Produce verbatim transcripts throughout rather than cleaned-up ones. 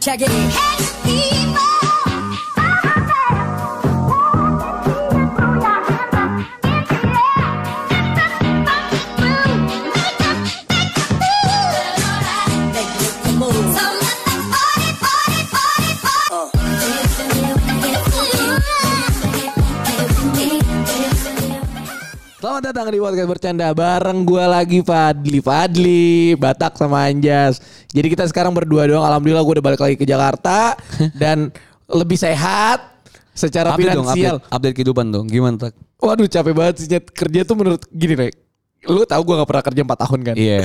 Check it. Selamat datang di podcast bercanda bareng gue lagi Fadli Fadli Batak sama Anjas. Jadi kita sekarang berdua doang. Alhamdulillah gue udah balik lagi ke Jakarta dan lebih sehat secara update finansial. Dong, update, update kehidupan dong. Gimana tak? Waduh capek banget sih Nyet. Kerja tuh menurut gini Rek. Lu tahu gue gak pernah kerja empat tahun kan? Iya.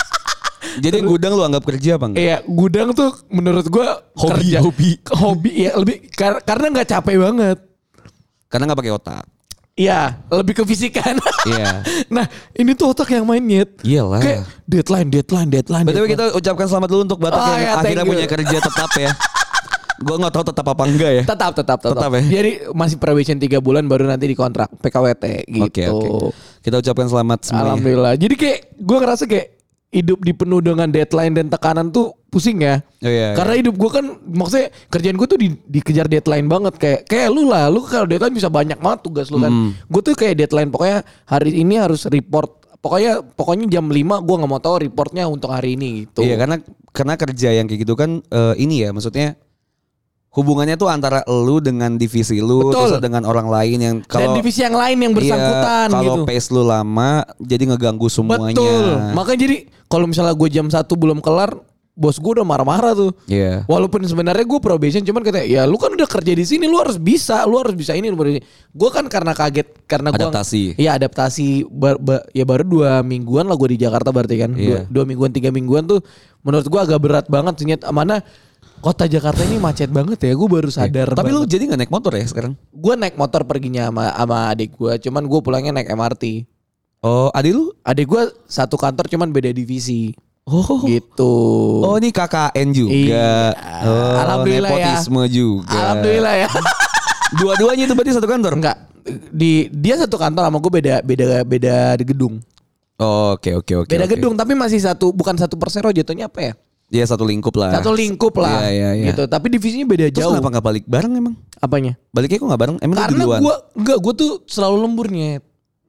Jadi gudang lu anggap kerja apa enggak? Iya, gudang tuh menurut gue hobi, kerja. hobi, hobi ya lebih kar- karena nggak capek banget. Karena nggak pakai otak. Iya, lebih ke fisikan. Iya. Nah, ini tuh otak yang main Nyet. Iyalah. Kayak deadline, deadline, deadline. Betul deadline. kita ucapkan selamat dulu untuk Batak Oh, yang ya, akhirnya you. punya kerja tetap ya. Gue nggak tahu tetap apa enggak ya. Tetap, tetap, tetap. Tetap ya? Jadi masih probation tiga bulan baru nanti dikontrak P K W T gitu. Oke, oke. Kita ucapkan selamat semuanya. Alhamdulillah. Jadi kayak gue ngerasa kayak hidup dipenuh dengan deadline dan tekanan tuh pusing ya. Oh, iya, Karena iya. hidup gue kan maksudnya kerjaan gue tuh di, dikejar deadline banget kayak kayak lu lah, lu kalau deadline bisa banyak banget tugas lu kan. Hmm. Gue tuh kayak deadline pokoknya hari ini harus report. Pokoknya pokoknya jam lima gue nggak mau tahu reportnya untuk hari ini gitu. Iya karena karena kerja yang kayak gitu kan eh, ini ya maksudnya hubungannya tuh antara lu dengan divisi lu Betul. terus dengan orang lain yang Dan kalau divisi yang lain yang bersangkutan iya, kalau gitu. pace lu lama jadi ngeganggu semuanya. Betul. Makanya jadi kalau misalnya gue jam satu belum kelar, bos gue udah marah-marah tuh. Iya. Walaupun sebenarnya gue probation cuman kata ya lu kan udah kerja di sini, lu harus bisa, lu harus bisa ini. Gue kan karena kaget karena gue Adaptasi. Iya adaptasi. Bar, ba, ya baru dua mingguan lah gue di Jakarta berarti kan. Iya. Dua, dua mingguan tiga mingguan tuh menurut gue agak berat banget. Ternyata mana kota Jakarta ini macet banget ya. Gue baru sadar. Tapi banget. lu jadi nggak naik motor ya sekarang? Gue naik motor perginya sama, sama adik gue. Cuman gue pulangnya naik M R T. Oh, adik lu? Adik gue satu kantor cuman beda divisi. Oh. Gitu. Oh, ini K K N juga. Iya. Oh, Alhamdulillah ya. nepotisme juga. Alhamdulillah ya. Dua-duanya itu berarti satu kantor? Enggak. Di dia satu kantor sama gue beda beda beda di gedung. Oh, oke oke oke. Beda oke. gedung tapi masih satu bukan satu persero jatuhnya apa ya? Iya satu lingkup lah. Satu lingkup lah. Iya, iya, iya. Gitu. Tapi divisinya beda Terus jauh. kenapa nggak balik bareng emang? Apanya? Baliknya kok nggak bareng? Emang lu Karena duluan? gue enggak gue tuh selalu lemburnya.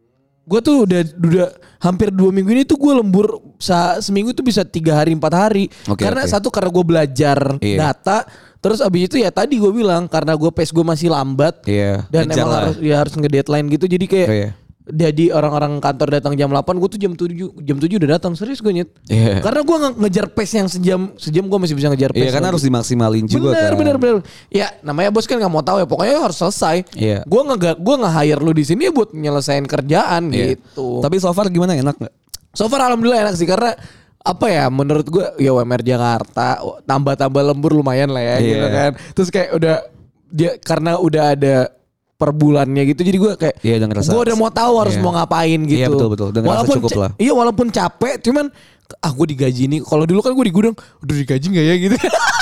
Gue tuh udah udah hampir dua minggu ini tuh gue lembur sa, seminggu tuh bisa tiga hari empat hari. Oke, karena oke. satu karena gue belajar Iya. data. Terus abis itu ya tadi gue bilang karena gue pace gue masih lambat. Iya. Dan ngejar emang lah. harus ya harus nge-deadline gitu. Jadi kayak Oh, iya. jadi orang-orang kantor datang jam delapan, gue tuh jam tujuh jam tujuh udah datang. Serius gue Nyet. Iya. Karena gue nge- ngejar pace yang sejam sejam gue masih bisa ngejar pace. Iya karena lagi. harus dimaksimalin juga bener, kan. bener bener ya namanya bos kan nggak mau tahu ya pokoknya harus selesai. Iya. Gue nggak gue nggak hire lu di sini ya buat nyelesain kerjaan Iya. gitu. Tapi so far gimana, enak nggak? So far alhamdulillah enak sih karena apa ya menurut gue ya U M R Jakarta tambah-tambah lembur lumayan lah ya Iya. gitu kan. Terus kayak udah dia karena udah ada per bulannya gitu jadi gue kayak Iya, udah ngerasa- gue udah mau tahu harus Iya. mau ngapain gitu. Iya, betul, betul. Udah ngerasa walaupun cukup ca- lah. Iya walaupun capek cuman ah gue digaji nih. Kalau dulu kan gue di gudang udah digaji nggak ya gitu.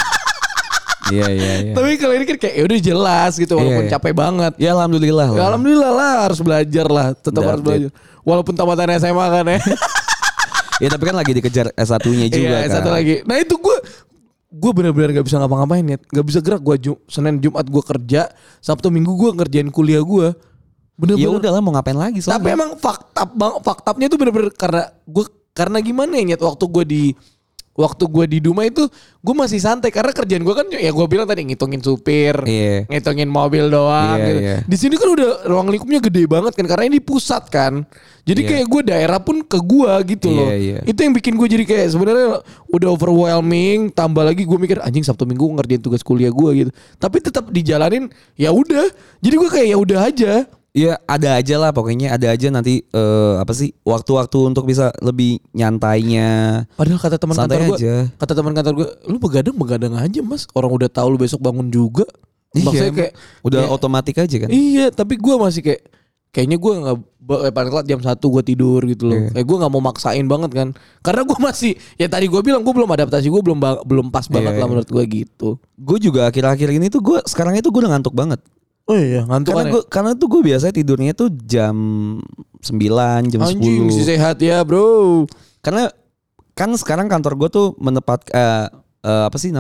Iya iya iya. Tapi kalau ini kan kayak ya udah jelas gitu walaupun Iya, iya. capek banget. Ya alhamdulillah lah. Ya, alhamdulillah lah harus belajar lah, tetap Udah harus update. belajar. Walaupun tamatan S M A kan ya. Ya tapi kan lagi dikejar S satu-nya juga Iya, kan. satu lagi. Nah itu gue gue benar-benar nggak bisa ngapa-ngapain ya, nggak bisa gerak. Gue Jum, Senin Jumat gue kerja, Sabtu Minggu gue ngerjain kuliah gue. Ya Bener-bener. udahlah mau ngapain lagi soalnya. Tapi emang fakta bang, faktanya tuh bener-bener karena gue karena gimana ya Nyet, waktu gue di waktu gue di Duma itu gue masih santai karena kerjaan gue kan ya gue bilang tadi ngitungin supir, Iya. ngitungin mobil doang. Iya, gitu. iya. Di sini kan udah ruang lingkupnya gede banget kan karena ini pusat kan. Jadi Iya. kayak gue daerah pun ke gue gitu Iya, loh. iya. Itu yang bikin gue jadi kayak sebenarnya udah overwhelming. Tambah lagi gue mikir anjing Sabtu Minggu ngerjain tugas kuliah gue gitu. Tapi tetap dijalanin ya udah. Jadi gue kayak ya udah aja. Ya ada aja lah pokoknya ada aja nanti eh, apa sih waktu-waktu untuk bisa lebih nyantainya. Padahal kata teman Santai kantor gue, aja. kata teman kantor gue, lu begadang begadang aja mas. Orang udah tahu lu besok bangun juga. Maksudnya Iya, kayak udah ya, otomatis aja kan. iya, tapi gue masih kayak kayaknya gue nggak eh, paling telat jam satu gue tidur gitu loh. Iya. Kayak gue nggak mau maksain banget kan. Karena gue masih ya tadi gue bilang gue belum adaptasi gue belum ba- belum pas banget Iya, lah iya. menurut gue gitu. Gue juga akhir-akhir ini tuh gue sekarang itu gue udah ngantuk banget. Oh iya ngantuk Karena kan gue karena tuh gue biasanya tidurnya tuh jam sembilan, jam anjing sepuluh. si sehat ya bro. Karena kan sekarang kantor gue tuh menepat eh, eh, apa sih namanya?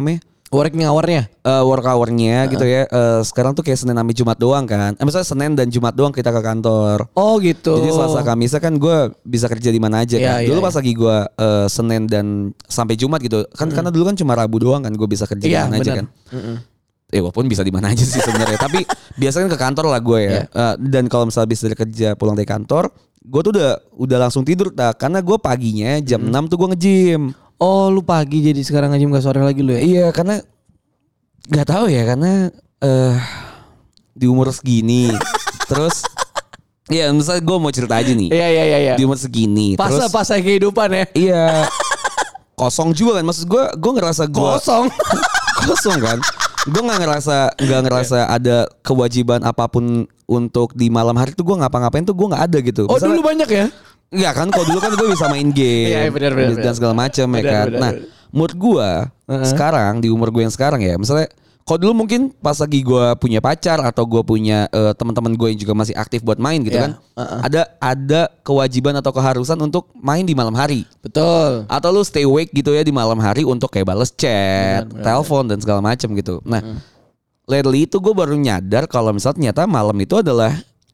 Working hour-nya? Uh, work hour-nya uh-uh. gitu ya. Uh, sekarang tuh kayak Senin sampai Jumat doang kan. Eh, misalnya Senin dan Jumat doang kita ke kantor. Oh gitu. Jadi Selasa Kamisnya kan gue bisa kerja di mana aja yeah, kan. Dulu yeah, pas yeah. lagi gue uh, Senin dan sampai Jumat gitu. Kan mm. karena dulu kan cuma Rabu doang kan gue bisa kerja yeah, di mana aja kan. Mm-mm. Ya walaupun bisa di mana aja sih sebenarnya. Tapi biasanya ke kantor lah gue ya. Yeah. Uh, dan kalau misalnya habis dari kerja pulang dari kantor, gue tuh udah udah langsung tidur tak. Karena gue paginya jam mm. enam tuh gue nge-gym. Oh lu pagi jadi sekarang nge-gym gak sore lagi lu ya? Iya karena gak tahu ya karena uh, di umur segini terus ya misalnya gue mau cerita aja nih. Iya iya iya. Di umur segini. Pas terus pas kehidupan ya. Iya. Kosong juga kan maksud gue gue ngerasa gue kosong. Kosong kan. Gue nggak ngerasa nggak ngerasa ada kewajiban apapun untuk di malam hari tuh gue ngapa-ngapain tuh gue nggak ada gitu. Oh misalnya, dulu banyak ya? Iya kan kalau dulu kan gue bisa main game iya, bener, bener, dan segala macam ya kan. Bener, nah bener. Menurut gue uh-huh. sekarang di umur gue yang sekarang ya misalnya kalau dulu mungkin pas lagi gue punya pacar atau gue punya uh, teman-teman gue yang juga masih aktif buat main gitu yeah. kan uh-uh. ada ada kewajiban atau keharusan untuk main di malam hari. Betul. Atau lu stay awake gitu ya di malam hari untuk kayak bales chat, telepon dan segala macam gitu. Nah uh-huh. lately itu gue baru nyadar kalau misalnya ternyata malam itu adalah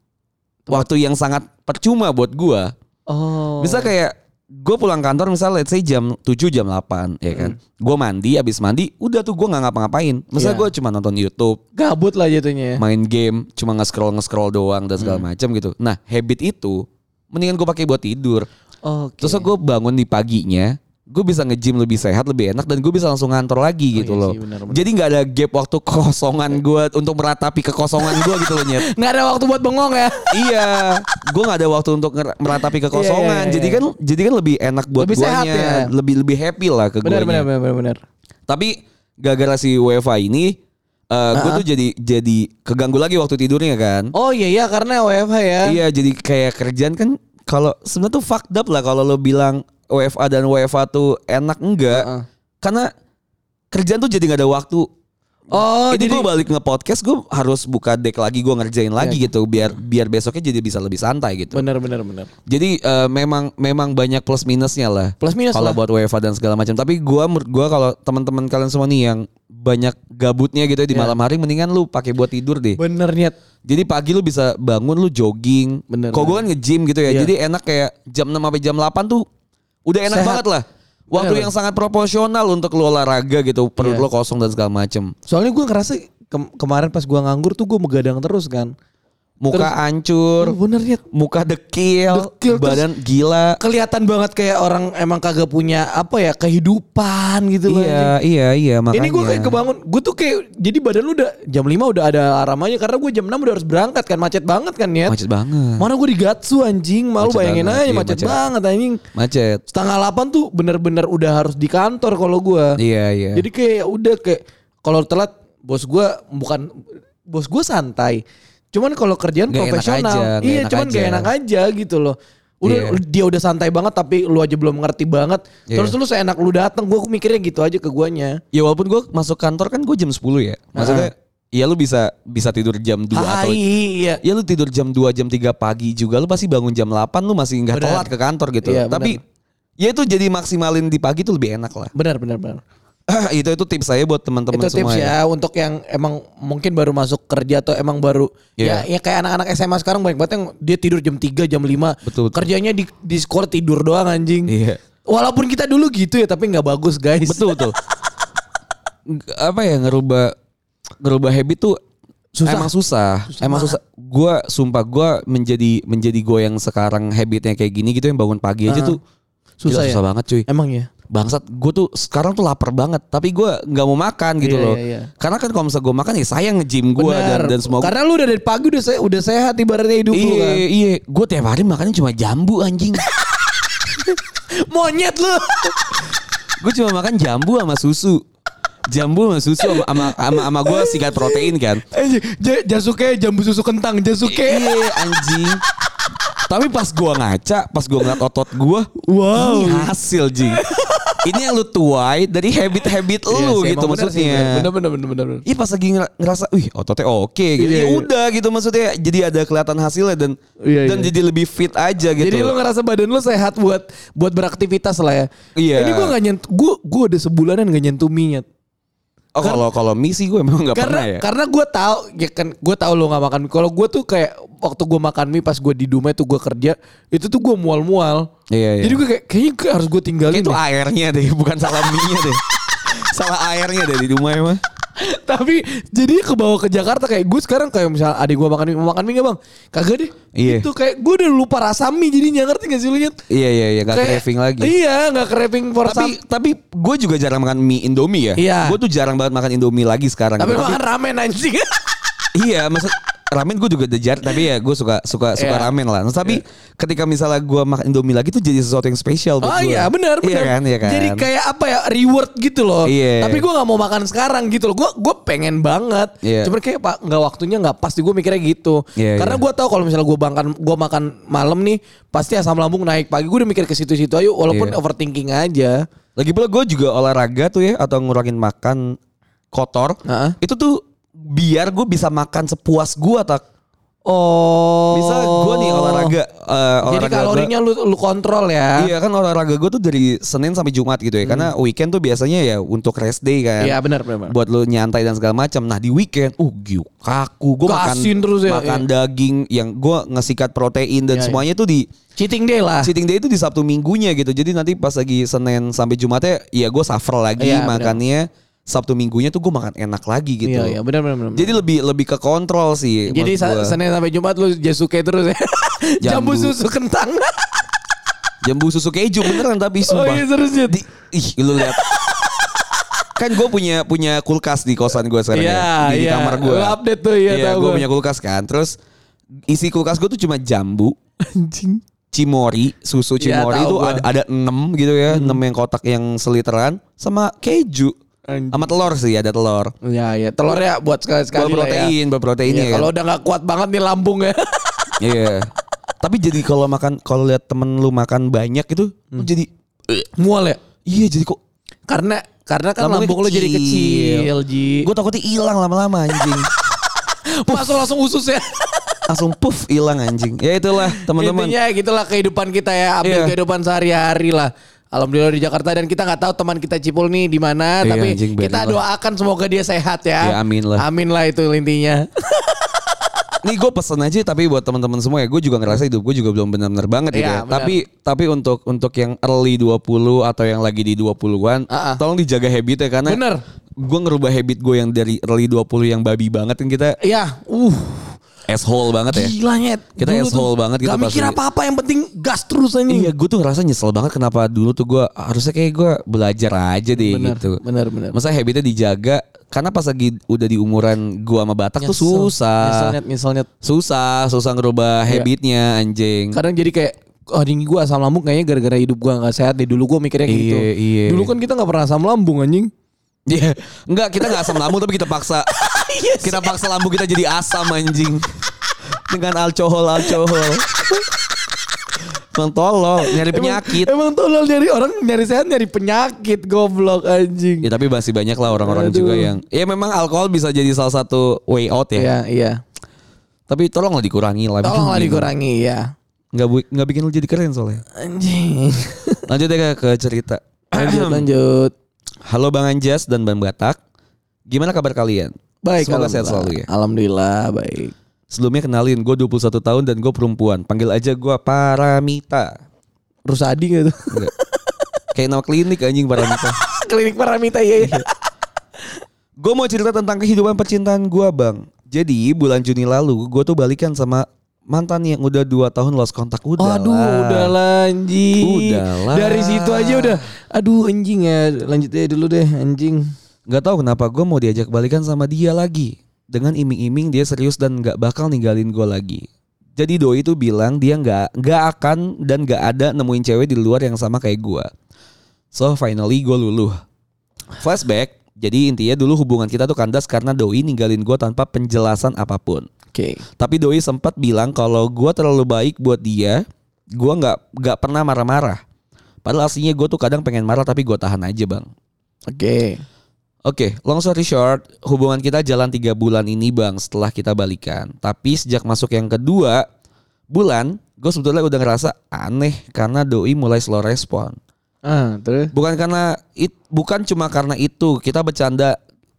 waktu yang sangat percuma buat gue. Oh. Bisa kayak gue pulang kantor misalnya let's say jam tujuh jam delapan ya kan. Hmm. Gue mandi abis mandi udah tuh gue gak ngapa-ngapain. Misalnya yeah. gue cuma nonton YouTube. Gabut lah jatuhnya. Main game cuma nge-scroll nge-scroll doang dan segala hmm. macam gitu. Nah habit itu mendingan gue pakai buat tidur. Okay. Terus gue bangun di paginya gue bisa nge-gym lebih sehat, lebih enak dan gue bisa langsung ngantor lagi oh, gitu iya loh. Sih, benar, benar. Jadi nggak ada gap waktu kekosongan gue untuk meratapi kekosongan gue gitu loh Nyet. Nggak ada waktu buat bengong ya? Iya, gue nggak ada waktu untuk meratapi kekosongan. Iya, iya, iya. Jadi kan, jadi kan lebih enak buat lebih guanya, sehat, ya? lebih lebih happy lah ke benar, guanya. Benar, benar, benar. Tapi gara-gara si W F H ini, uh, uh-huh. gue tuh jadi jadi keganggu lagi waktu tidurnya kan. Oh iya iya karena W F H ya. Iya, jadi kayak kerjaan kan kalau sebenarnya tuh fucked up lah kalau lo bilang W F A dan W F A tuh enak enggak uh-uh. karena kerjaan tuh jadi gak ada waktu. Oh ini jadi gue balik nge-podcast gue harus buka deck lagi, gue ngerjain lagi ya, gitu biar biar besoknya jadi bisa lebih santai gitu. Benar benar benar. Jadi uh, memang memang banyak plus minusnya lah. Plus minus kalau buat W F A dan segala macam. Tapi gue menurut gue kalau teman-teman kalian semua nih yang banyak gabutnya gitu di ya. Malam hari mendingan lu pakai buat tidur deh. Bener Nyet. Jadi pagi lu bisa bangun lu jogging. Bener. Kalau gue kan nge-gym gitu ya. ya. Jadi enak kayak jam enam sampai jam delapan tuh udah enak sehat banget lah. Waktu bener, yang sangat proporsional untuk lu olahraga gitu. Perut yeah. lo kosong dan segala macem. Soalnya gue ngerasa ke- kemarin pas gue nganggur tuh gue begadang terus kan. Muka terus, hancur, oh bener ya, muka dekil, dekil badan gila. Kelihatan banget kayak orang emang kagak punya apa ya kehidupan gitu. Iya kan. iya iya makanya. Ini gue kayak kebangun, gue tuh kayak jadi badan lu udah jam lima udah ada aramanya karena gue jam enam udah harus berangkat kan, macet banget kan ya. Macet banget. Mana gue di Gatsu anjing, malu bayangin banget, aja iya, macet, macet banget anjing. Macet. Setengah delapan tuh bener-bener udah harus di kantor kalau gue. Iya iya. Jadi kayak udah kayak kalau telat bos gue bukan bos gue santai. Cuman kalau kerjaan gak profesional, aja, iya cuman aja. Gak enak aja gitu loh. Udah yeah. dia udah santai banget tapi lu aja belum ngerti banget. Yeah. Terus lu seenak lu datang, gue mikirnya gitu aja ke guanya. Ya walaupun gue masuk kantor kan gue jam sepuluh ya. Maksudnya iya lu bisa bisa tidur jam dua ah, atau iya. Ya lu tidur jam dua jam tiga pagi juga lu pasti bangun jam delapan lu masih enggak telat ke kantor gitu. Iya, tapi bener. Ya itu jadi maksimalin di pagi tuh lebih enak lah. Benar benar benar. itu itu tips saya buat teman-teman semua. Itu tips ya, ya untuk yang emang mungkin baru masuk kerja atau emang baru yeah. ya ya kayak anak-anak S M A sekarang banyak banget yang dia tidur jam tiga jam lima. Betul, betul. Kerjanya di di sekolah tidur doang anjing. Iya. Walaupun kita dulu gitu ya tapi nggak bagus guys. Betul betul. Apa ya ngerubah ngerubah habit tuh susah. Emang susah. susah emang susah. Gue sumpah gue menjadi menjadi gue yang sekarang habitnya kayak gini gitu yang bangun pagi aja uh-huh. tuh susah, susah ya? banget cuy. Emang ya. Bangsat, gue tuh sekarang tuh lapar banget, tapi gue nggak mau makan gitu iya, loh. Iya, iya. Karena kan kalau misalnya gue makan ya sayang nge-gym gue dan dan semua. Karena lu udah dari pagi udah se- udah sehat ibaratnya hidup iye, lu kan. Iya, iya. Gue tiap hari makannya cuma jambu anjing. Monyet lu. Gue cuma makan jambu sama susu. Jambu sama susu sama sama, sama, sama gue sikat protein kan. J- Jasuke jambu susu kentang Jasuke. Iya anjing. Tapi pas gue ngaca, pas gue ngeliat otot gue, wow, ini hasil jing. Ini yang lu tuai dari habit-habit lu iya, gitu maksudnya. Bener-bener bener-bener. Iya pas lagi ngerasa, wih ototnya oke gitu. Iya, ya iya. Udah gitu maksudnya. Jadi ada kelihatan hasilnya dan iya, dan iya. jadi lebih fit aja gitu. Jadi lu ngerasa badan lu sehat buat buat beraktivitas lah ya. Iya. Ini gue nggak nyentuh, gue gue udah sebulanan nggak nyentuh minyak. Oh kalau kalau mie sih gue memang nggak pernah ya. Karena gue tahu ya kan gue tahu lo nggak makan mie. Kalau gue tuh kayak waktu gue makan mie pas gue di Dumai tuh gue kerja itu tuh gue mual-mual. Iya, iya. Jadi gue kayak kayaknya harus gue tinggalin. Kayak itu airnya deh, bukan salah mie-nya deh. Salah airnya deh di Dumai mah. Tapi jadi ke bawah ke Jakarta kayak gue sekarang kayak misal adik gue makan mie, mau makan mie gak bang? Kagak deh. Iya. Itu kayak gue udah lupa rasa mie jadinya, ngerti gak sih lu Nyet? Iya iya iya gak Kayak- craving lagi. Iya gak craving for Tapi some. tapi gue juga jarang makan mie Indomie ya. Iya. Gue tuh jarang banget makan Indomie lagi sekarang. Tapi makan ramen anjing. Iya, maksud ramen gue juga dejar, tapi ya gue suka suka suka Iya. ramen lah. Nah, tapi ketika misalnya gue makan Indomie lagi tuh jadi sesuatu yang spesial buat Oh gue. iya benar Iya benar. kan, iya kan. Jadi kayak apa ya, reward gitu loh. Iya. Tapi gue nggak mau makan sekarang gitu loh. Gue gue pengen banget. Iya. Cuman kayak pak nggak waktunya nggak pas. Gue mikirnya gitu. Iya, Karena iya. gue tahu kalau misalnya gue makan gue makan malam nih pasti asam lambung naik. Pagi gue udah mikir ke situ-situ ayo walaupun Iya. overthinking aja. Lagi pula gue juga olahraga tuh ya atau ngurangin makan kotor. Heeh. Itu tuh biar gue bisa makan sepuas gue tak. Oh. Bisa gue nih olahraga eh, Jadi olahraga kalorinya lu lu kontrol ya. Iya kan olahraga gue tuh dari Senin sampai Jumat gitu ya. Karena weekend tuh biasanya ya untuk rest day kan. Iya benar benar. Buat lu nyantai dan segala macam. Nah di weekend, uh giu kaku. Gue makan Gasin terus ya, makan daging yang gue ngesikat protein dan Iya, semuanya tuh di Cheating day lah. cheating day itu di Sabtu Minggunya gitu. Jadi nanti pas lagi Senin sampai Jumatnya, ya gue suffer lagi Iya, benar. makannya. Sabtu Minggunya tuh gue makan enak lagi gitu. Iya iya benar benar benar. Jadi lebih lebih ke kontrol sih. Jadi maksud gua. Senin sampai Jumat lu Jasuke terus ya. Jambu Jambu. susu kentang. Jambu susu keju beneran tapi Oh sumpah. iya serius ya. Di, ih lu lihat. Kan gue punya punya kulkas di kosan gue sekarang Iya, ya, di, di iya. kamar gue. Lu update tuh, iya, tahu gue gua. punya kulkas kan. Terus isi kulkas gue tuh cuma jambu, Anjing. cimori, susu Iya, cimori tahu itu gua. ada, ada enam gitu ya, enam yang kotak yang seliteran sama keju. Anjing. Sama telur sih, ada telur. Ya ya telurnya buat sekali-sekali Buat lah ya. protein, buat protein Iya, ya. kalau kan? udah nggak kuat banget nih lambung ya. Iya. Tapi jadi kalau makan, kalau lihat temen lu makan banyak itu, lu jadi Mual ya. iya jadi kok Karena karena kan Lambungnya lambung lu jadi kecil, Ji. gue takutnya hilang lama-lama anjing. Masuk langsung usus ya. Langsung puff hilang anjing. Ya itulah teman-teman. Intinya gitulah kehidupan kita ya, update Iya. kehidupan sehari-hari lah. Alhamdulillah di Jakarta dan kita nggak tahu teman kita Cipul nih di mana, Iya, tapi anjing, kita biarin lah. doakan semoga dia sehat ya. Ya, amin lah. Amin lah itu intinya. Nih gue pesen aja tapi buat teman-teman semua ya, gue juga ngerasa hidup gue juga belum benar-benar banget gitu Iya, ya. benar. Tapi tapi untuk untuk yang early dua puluh atau yang lagi di dua puluhan, Ah, ah. tolong dijaga habit ya karena Bener. gue ngerubah habit gue yang dari early dua puluh yang babi banget kan kita Iya, uh. asshole banget ya. Gila nyet. Kita Dulu asshole tuh banget gitu gak pas mikir lagi- apa-apa, yang penting gas terus aja. Iya, gue tuh ngerasa nyesel banget kenapa dulu tuh gue harusnya kayak gue belajar aja deh Bener, gitu. bener, bener. Masa habitnya dijaga karena pas lagi udah di umuran gue sama Batak tuh susah. Nyesel nyet, nyesel nyet. Susah, susah ngerubah Iya. habitnya anjing. Kadang jadi kayak oh tinggi gue asam lambung kayaknya gara-gara hidup gue gak sehat deh. Dulu gue mikirnya gitu. Iya, iya. Dulu kan kita gak pernah asam lambung anjing. Iya, enggak kita nggak asam lambung tapi kita paksa kita paksa lambung kita jadi asam anjing dengan alkohol alkohol. Emang tolol nyari penyakit. Emang, emang tolol nyari orang nyari sehat nyari penyakit goblok anjing. Ya tapi masih banyak lah orang-orang Aduh. juga yang ya memang alkohol bisa jadi salah satu way out ya. Iya, iya. Tapi tolonglah dikurangi lah. Tolonglah dikurangi ya. Nggak bu- nggak bikin lu jadi keren soalnya. Anjing. Lanjut ya ke, ke cerita. Lanjut lanjut. Halo Bang Anjas dan Bang Batak. Gimana kabar kalian? Baik, Semoga sehat selalu ya. Alhamdulillah baik. Sebelumnya kenalin, gue dua puluh satu tahun dan gue perempuan. Panggil aja gue Paramita. Rusadi gak tuh? Enggak. Kayak nama klinik anjing Paramita. Klinik Paramita iya. iya. Gue mau cerita tentang kehidupan percintaan gue bang. Jadi bulan Juni lalu gue tuh balikan sama mantan yang udah dua tahun lost kontak. Udah Aduh, udah lah anjing. Udahlah. Dari situ aja udah. Aduh anjing ya. Lanjut aja dulu deh anjing. Gak tahu kenapa gue mau diajak balikan sama dia lagi. Dengan iming-iming dia serius dan gak bakal ninggalin gue lagi. Jadi doi tuh bilang dia gak, gak akan dan gak ada nemuin cewek di luar yang sama kayak gue. So finally gue luluh. Flashback. Jadi intinya dulu hubungan kita tuh kandas karena doi ninggalin gue tanpa penjelasan apapun. Oke. Tapi doi sempat bilang kalau gue terlalu baik buat dia. Gue gak, gak pernah marah-marah. Padahal aslinya gue tuh kadang pengen marah tapi gue tahan aja bang. Oke. Oke, long story short, hubungan kita jalan tiga bulan ini bang setelah kita balikan. Tapi sejak masuk yang kedua bulan, gue sebetulnya udah ngerasa aneh karena doi mulai slow respon. Ah, terus? Bukan karena it, bukan cuma karena itu, kita bercanda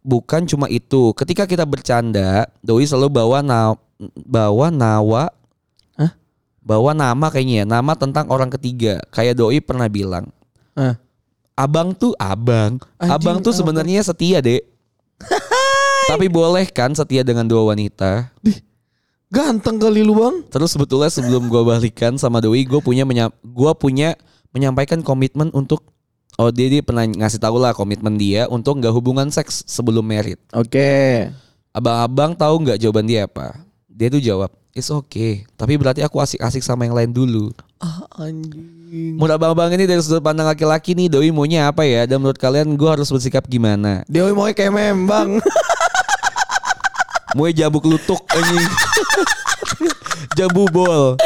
bukan cuma itu. Ketika kita bercanda, doi selalu bawa na bawa nawa Hah? bawa nama kayaknya, nama tentang orang ketiga. Kayak doi pernah bilang, Hah? abang tuh abang, Anjing, abang tuh sebenarnya setia, Dek. Tapi boleh kan setia dengan dua wanita? Ganteng kali lu bang. Terus sebetulnya sebelum gue balikan sama doi, gue punya menya gue punya menyampaikan komitmen untuk oh dia dia pernah ngasih tahu lah komitmen dia untuk nggak hubungan seks sebelum married. Oke. Okay. Abang-abang tahu nggak jawaban dia apa? Dia tuh jawab, it's okay. Tapi berarti aku asik-asik sama yang lain dulu. Ah anjing. Menurut abang-abang ini dari sudut pandang laki-laki nih, doi maunya apa ya? Dan menurut kalian gue harus bersikap gimana? Doi mau kayak membang. Mau jabuk lutuk anjing. Jambu bol.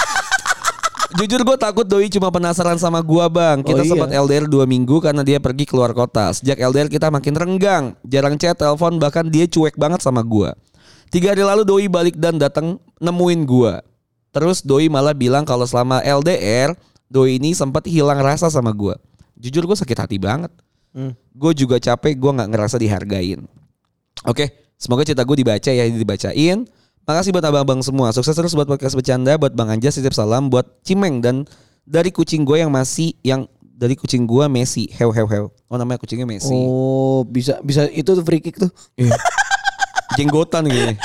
Jujur gue takut doi cuma penasaran sama gue bang. Kita oh, iya. sempat L D R dua minggu karena dia pergi keluar kota. Sejak L D R kita makin renggang. Jarang chat, telepon, bahkan dia cuek banget sama gue. Tiga hari lalu doi balik dan datang nemuin gue. Terus doi malah bilang kalau selama L D R doi ini sempat hilang rasa sama gue. Jujur gue sakit hati banget. hmm. Gue juga capek, gue gak ngerasa dihargain. Oke, semoga cerita gue dibaca ya, dibacain. Makasih buat abang-abang semua. Sukses terus buat podcast bercanda. Buat Bang Anjas titip salam buat Cimeng. Dan dari kucing gue yang masih Yang dari kucing gue Messi. Hew hew hew. Oh namanya kucingnya Messi. Oh bisa bisa itu tuh free kick tuh. Jenggotan gitu.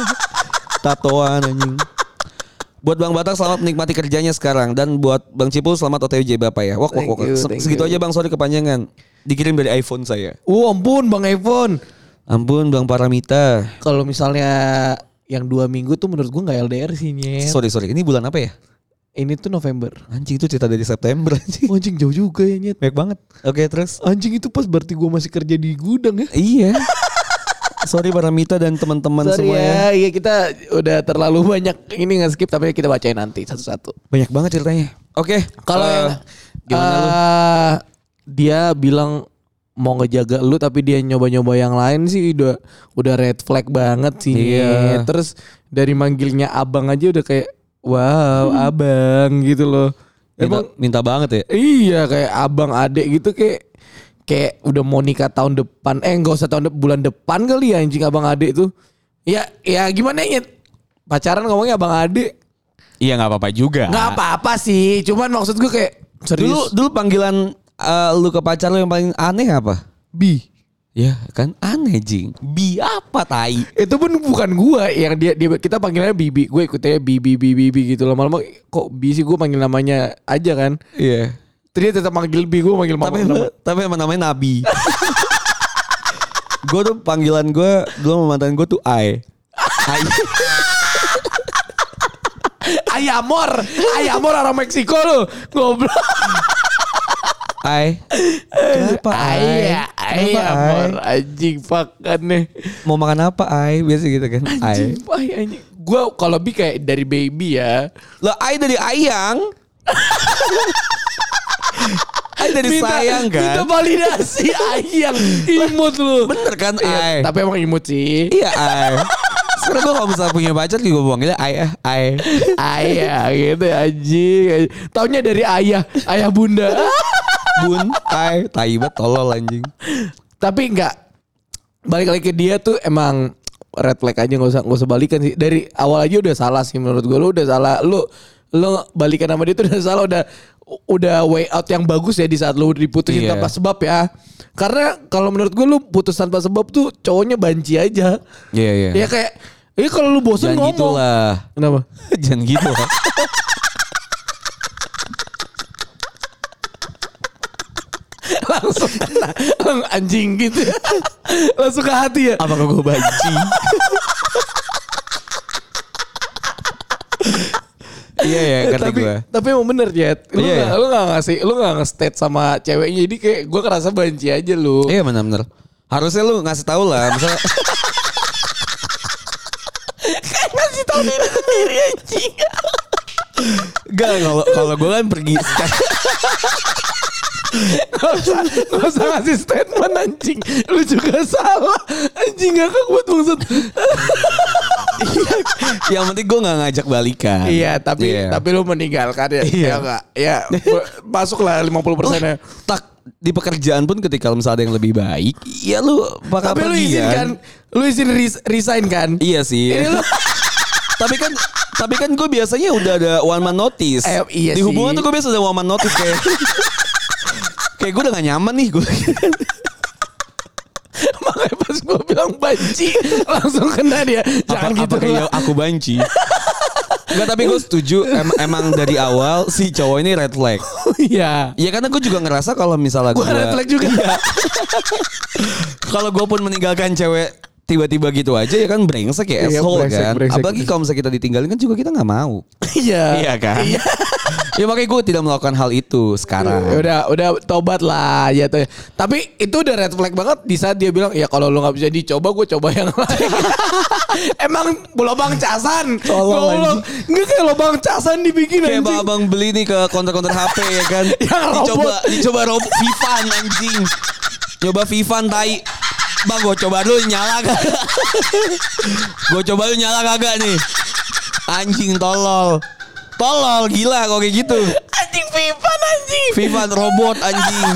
Tatoan anjing. Buat Bang Batak selamat menikmati kerjanya sekarang. Dan buat Bang Cipul selamat O T W Bapak ya. Wak wak wak. Segitu aja Bang, sorry kepanjangan. Dikirim dari iPhone saya. Oh ampun Bang iPhone. Ampun Bang Paramita. Kalau misalnya yang dua minggu tuh menurut gue gak L D R sih Nyet. Sorry sorry ini bulan apa ya? Ini tuh November. Anjing itu cerita dari September anjing. Oh, anjing jauh juga ya Nyet. Baik banget. Oke terus. Anjing itu pas berarti gue masih kerja di gudang ya. Iya. Sorry para Mita dan teman-teman semua ya. Iya kita udah terlalu banyak ini nge-skip tapi kita bacain nanti satu-satu. Banyak banget ceritanya. Oke. Kalau uh, gimana uh, lu? Dia bilang mau ngejaga lu tapi dia nyoba-nyoba yang lain sih udah udah red flag banget sih. Iya. Terus dari manggilnya abang aja udah kayak wow, hmm. abang gitu loh. Minta, Emang minta banget ya. Iya kayak abang adek gitu kayak kayak udah mau nikah tahun depan. Eh enggak usah tahun de- bulan depan kali ya anjing abang adek tuh. Ya ya gimana ya? Pacaran ngomongnya abang adek. Iya enggak apa-apa juga. Enggak apa-apa sih, cuman maksud gue kayak serius. Dulu dulu panggilan Uh, lu ke pacar lu yang paling aneh apa? Bi. Ya kan aneh jing. Bi apa tai? Itu pun bukan gua yang dia, dia kita panggilannya Bibi. Gue ikutnya Bibi Bibi Bibi gitu lama-lama kok Bi sih gue panggil namanya aja kan. Iya. Terus dia tetap manggil Bi, gue manggil mama. Tapi nama. tapi emang namanya Nabi. Gue tuh panggilan gue dulu sama mantan gue tuh Ai. Ai. Ayamor. Ayamor orang Meksiko lu. Goblok. Ai. Kenapa Ai? Ayamor anjing pakan nih. Mau makan apa Ai? Biasa gitu kan. Anjing, Ai. Anjing. Gua kalau Bi kayak dari baby ya. Lo Ai dari ayang. Ai dari minta, sayang kan. Minta validasi ayang. Imut lu. Bener kan Ai? Ya, tapi emang imut sih. Iya Ai. Sekarang gue kalau misalnya punya pacar juga gue panggilnya ayah, ayah, ayah gitu anjing. Taunya dari ayah, ayah bunda. Bun, ay, tai banget tolol anjing. Tapi enggak, balik lagi ke dia tuh emang red flag aja, nggak usah nggak usah balikan sih. Dari awal aja udah salah sih menurut gue. Lu udah salah, lu lu balikan sama dia tuh udah salah, udah udah way out yang bagus ya di saat lu diputusin yeah. tanpa sebab ya. Karena kalau menurut gue lu putus tanpa sebab tuh cowoknya banci aja. Iya yeah, iya. Yeah. Ya kayak, eh kalau lu bosan ngomong. Jangan gitu lah. Kenapa? Jangan gitu lah. Langsung kena anjing gitu ya. Langsung ke hati ya. Apakah gue banci? Iya ya kata tapi, gue. Tapi emang bener Jet. Lu iya, gak, iya. lu gak ngasih, lu gak nge-state sama ceweknya. Jadi kayak gue kerasa banci aja lu. Iya benar-benar. Harusnya lu ngasih tahu lah. Misalnya kayak ngasih tahu diri sendiri anjing. Gak, kalau kalau gue kan pergi. Gak usah, gak usah ngasih statement anjing. Lu juga salah. Anjing gak buat maksud. Yang penting gue gak ngajak balikan. Iya tapi yeah. tapi lu meninggalkan ya. Iya. Ya gak. Ya masuklah lima puluh persennya. Tak di pekerjaan pun ketika misalnya ada yang lebih baik, ya lu bakal Tapi pergi lu izin kan, lu izin res- resign kan? Iya sih. Ini lu tapi kan tapi kan gue biasanya udah ada one man notice. Eh, iya di hubungan sih. tuh gue biasa ada one man notice kayak kayak gue udah gak nyaman nih gue. makanya pas gue bilang banci langsung kena dia. Jangan apa, gitu apa kayak lah. aku banci. Enggak, tapi gue setuju em, emang dari awal si cowok ini red flag. Iya. Ya karena gue juga ngerasa kalau misalnya gue Gue red flag juga. Iya. Kalau gue pun meninggalkan cewek tiba-tiba gitu aja ya kan brengsek ya, Iya, asshole brengsek, kan. brengsek. Apalagi kalau misalnya kita ditinggalin kan juga kita nggak mau. Iya. Iya kan. Iya. Ya makanya gue tidak melakukan hal itu sekarang. Udah udah tobat lah ya tuh. Tapi itu udah red flag banget di saat dia bilang ya kalau lu nggak bisa dicoba gue coba yang lain. Emang lubang casan. Tolong, Nggak kayak lubang casan dibikin Kayak anjing. abang beli nih ke counter-counter H P ya kan. Yang dicoba robot. dicoba robot Vivan anjing. Coba Vivan tai. Bang gue coba dulu nyala gak? Gue coba dulu nyala kagak nih? Anjing tolol. Tolol gila kok kayak gitu. Anjing Vivan anjing. Vivan robot anjing.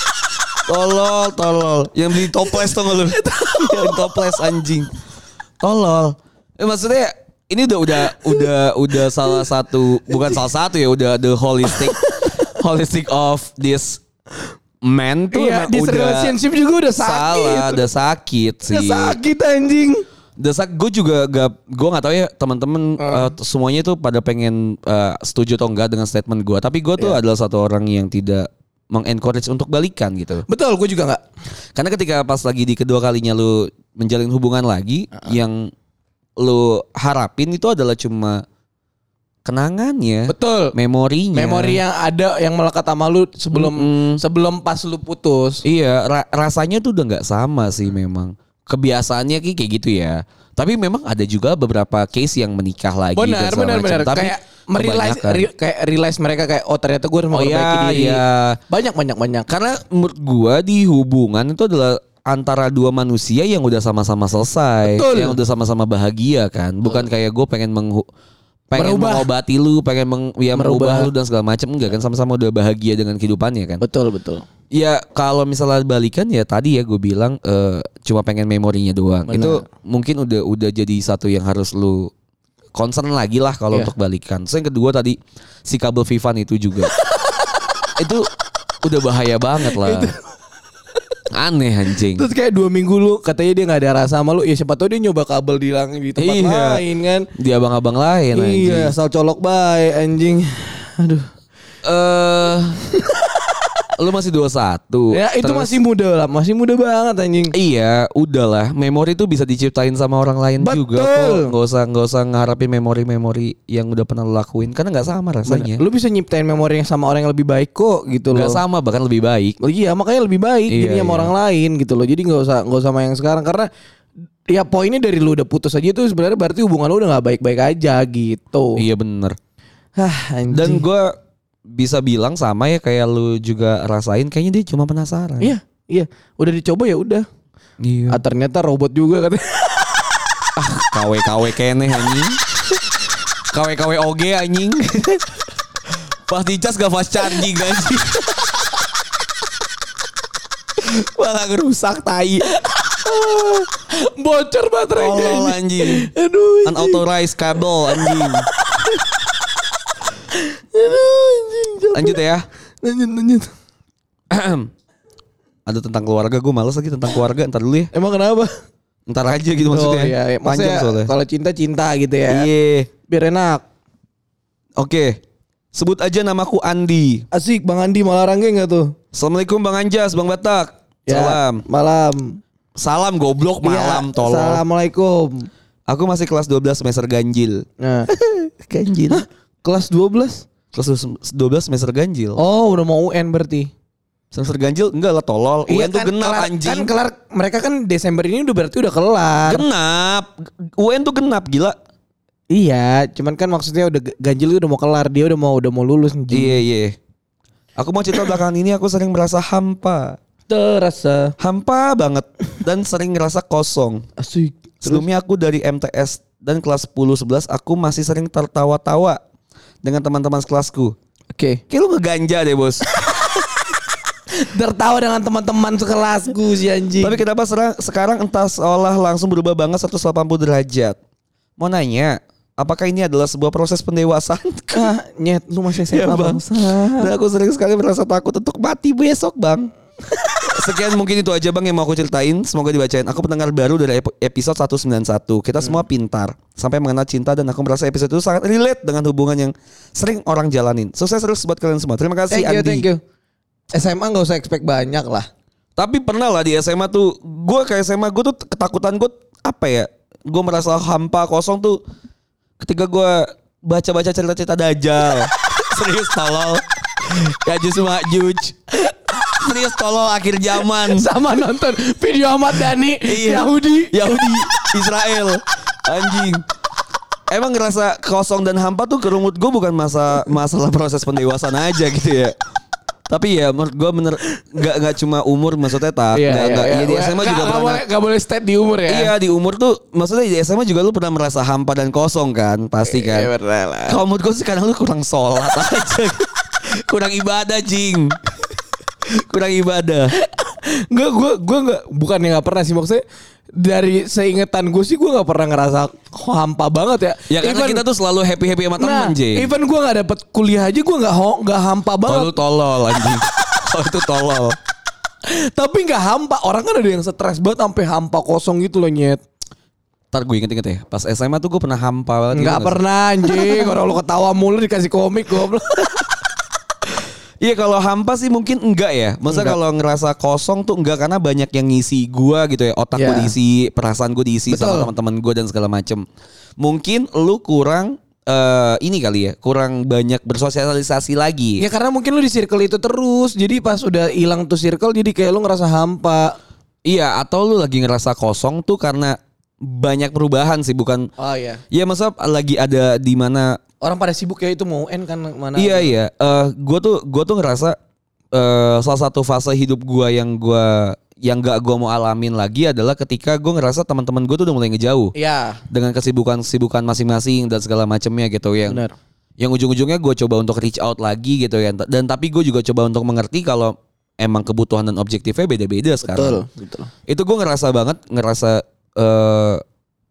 Tolol, tolol. Yang beli toples tuh lu. Yang toples anjing. Tolol. Eh, maksudnya ini udah udah udah udah salah satu, bukan salah satu ya, udah the holistic holistic of this man tuh Iya, emang di udah relationship juga udah sakit. salah, udah sakit sih. Udah sakit anjing. Udah sakit. Gue juga gak, gue nggak tahu ya teman-teman uh. uh, semuanya tuh pada pengen uh, setuju atau enggak dengan statement gue. Tapi gue tuh yeah. adalah satu orang yang tidak mengencourage untuk balikan gitu. Betul, gue juga nggak. Karena ketika pas lagi di kedua kalinya lu menjalin hubungan lagi, uh-uh. yang lu harapin itu adalah cuma kenangannya. Betul. Memorinya. Memori yang ada yang melekat sama lu sebelum mm-hmm. sebelum pas lu putus. Iya, ra- rasanya tuh udah nggak sama sih memang. Kebiasaannya kayak gitu ya. Tapi memang ada juga beberapa case yang menikah lagi. Benar, benar, benar. Tapi kayak merealize, re, kayak realize mereka kayak oh ternyata gue harus oh, memperbaiki iya, diri. Iya. Banyak, banyak, banyak. Karena menurut gue di hubungan itu adalah antara dua manusia yang udah sama-sama selesai, betul. Yang udah sama-sama bahagia kan. Bukan kayak gue pengen menghu pengen merubah. mengobati lu, pengen meng, ya merubah. merubah lu dan segala macam, enggak kan, sama-sama udah bahagia dengan kehidupannya kan. Betul, betul. Ya kalau misalnya balikan ya tadi ya gue bilang uh, cuma pengen memorinya doang. Benar. Itu mungkin udah udah jadi satu yang harus lu concern lagi lah kalau yeah. untuk balikan. Terus yang kedua tadi si kabel Vivan itu juga. Itu udah bahaya banget lah. Aneh anjing. Terus kayak dua minggu lu katanya dia gak ada rasa sama lu. Ya siapa tahu dia nyoba kabel di, lang- di tempat iya. lain kan. Di abang-abang lain iya, anjing. Iya asal colok baik anjing. Aduh. Eh uh, lu masih dua puluh satu. Ya itu terus, masih muda lah. Masih muda banget anjing. Iya udahlah. Memori itu bisa diciptain sama orang lain betul. Juga kok. Gak usah, gak usah ngarapin memori-memori yang udah pernah lu lakuin. Karena gak sama rasanya. Bener. Lu bisa nyiptain memori yang sama orang yang lebih baik kok gitu loh. Gak sama bahkan lebih baik. Oh, iya makanya lebih baik. Iya, jadi iya. sama orang lain gitu loh. Jadi gak usah, gak usah sama yang sekarang. Karena ya poinnya dari lu udah putus aja tuh sebenarnya berarti hubungan lu udah gak baik-baik aja gitu. Iya bener. Hah, anjing. Dan gue bisa bilang sama ya kayak lu juga rasain, kayaknya dia cuma penasaran. Iya, iya. Udah dicoba ya udah. Iya. Ah, ternyata robot juga katanya. Ah, K W K W keneh anjing. K W K W O G anjing. Pas dicas gak fast charging anjing. Malah ngerusak tai. Bocor baterai. Tolol anjing. Aduh. Unauthorized cable anjing. Aduh anjing. Lanjut ya. Lanjut lanjut. Ada tentang keluarga, gue males lagi tentang keluarga. Ntar dulu ya. Emang kenapa? Ntar aja gitu maksudnya. Oh, iya, iya. Panjang soalnya. Kalau cinta cinta gitu ya. Iya. Biar enak. Oke. Sebut aja namaku Andi. Asik Bang Andi Malarangge gak tuh? Assalamualaikum Bang Anjas, Bang Batak. Ya, salam. Malam. Salam goblok malam ya, tolong. Assalamualaikum. Aku masih kelas dua belas semester ganjil. Nah. Ganjil. Hah? Kelas dua belas? Kelas dua belas semester ganjil. Oh, udah mau U N berarti. Semester ganjil enggak lah tolol. Iya, U N tuh kan, genap kelar, anjing. Kan kelar, mereka kan Desember ini udah berarti udah kelar. Genap. U N tuh genap gila. Iya, cuman kan maksudnya udah ganjil udah mau kelar, dia udah mau udah mau lulus. Iya, iya. Aku mau cerita belakangan ini aku sering merasa hampa. Terasa hampa banget dan sering ngerasa kosong. Asik. Sebelumnya aku dari M T S dan kelas sepuluh sebelas aku masih sering tertawa-tawa dengan teman-teman sekelasku. Oke. Kayak lu ngeganja deh bos. Tertawa dengan teman-teman sekelasku si anjing. Tapi kenapa serang, sekarang entah seolah langsung berubah banget seratus delapan puluh derajat? Mau nanya, apakah ini adalah sebuah proses pendewasaan? Ah, nyet, lu masih S M A ya, bang. Dan aku sering sekali merasa takut untuk mati besok, Bang. Sekian mungkin itu aja, Bang, yang mau aku ceritain. Semoga dibacain. Aku pendengar baru dari episode seratus sembilan puluh satu. Kita hmm. semua pintar sampai mengenal cinta, dan aku merasa episode itu sangat relate dengan hubungan yang sering orang jalanin. Sukses terus buat kalian semua. Terima kasih, thank you, Andi. Thank you. S M A gak usah expect banyak lah. Tapi pernah lah di S M A tuh, gue ke S M A gue tuh ketakutan gue apa ya? Gue merasa hampa kosong tuh ketika gue baca-baca cerita-cerita Dajjal. Serius tolol. Yajuj Majuj. Serius tolol akhir zaman. Sama nonton video Ahmad Dhani. Iya. Yahudi Yahudi Israel. Anjing. Emang ngerasa kosong dan hampa tuh kerumut gue bukan masa masalah proses pendewasaan aja gitu ya. Tapi ya menurut gue bener gak, gak cuma umur maksudnya tak. Iya, gak, iya, gak, iya. Ya di S M A gak, juga gak pernah. Boleh, gak boleh state di umur ya. Iya di umur tuh maksudnya di S M A juga lu pernah merasa hampa dan kosong kan. Pasti kan. Iya bener lah. Kalau menurut gue sih kadang lu kurang sholat aja. Kurang ibadah Jing. Kurang ibadah. Enggak, gue gue nggak bukannya nggak pernah sih, maksudnya dari seingetan gue sih gue nggak pernah ngerasa hampa banget ya. Ya karena even, kita tuh selalu happy happy sama temen, nah, Jing. Even gue nggak dapet kuliah aja gue nggak nggak hampa banget. Oh lu tolol anjing. Oh itu tolol. Tapi nggak hampa, orang kan ada yang stres banget sampai hampa kosong gitu loh, nyet. Ntar gue inget-inget ya, pas S M A tuh gue pernah hampa banget. Nggak gitu pernah anjing. Orang lu ketawa mulu dikasih komik goblok. Iya kalau hampa sih mungkin enggak ya. Masa kalau ngerasa kosong tuh enggak, karena banyak yang ngisi gua gitu ya. Otak yeah. gue diisi, perasaan gue diisi. Betul. Sama teman-teman gue dan segala macem. Mungkin lu kurang uh, ini kali ya, kurang banyak bersosialisasi lagi. Ya karena mungkin lu di circle itu terus. Jadi pas udah hilang tuh circle jadi kayak lu ngerasa hampa. Iya, atau lu lagi ngerasa kosong tuh karena banyak perubahan sih, bukan. Oh iya. Iya, masa lagi ada di mana orang pada sibuk ya, itu mau end kan mana. Iya iya. Uh, gue tuh gue tuh ngerasa uh, salah satu fase hidup gue yang gue yang gak gue mau alamin lagi adalah ketika gue ngerasa teman-teman gue tuh udah mulai ngejauh. Iya. Dengan kesibukan-kesibukan masing-masing dan segala macamnya gitu yang. Benar. Yang ujung-ujungnya gue coba untuk reach out lagi gitu ya. Dan tapi gue juga coba untuk mengerti kalau emang kebutuhan dan objektifnya beda-beda sekarang. Betul. Betul. Itu gue ngerasa banget ngerasa uh,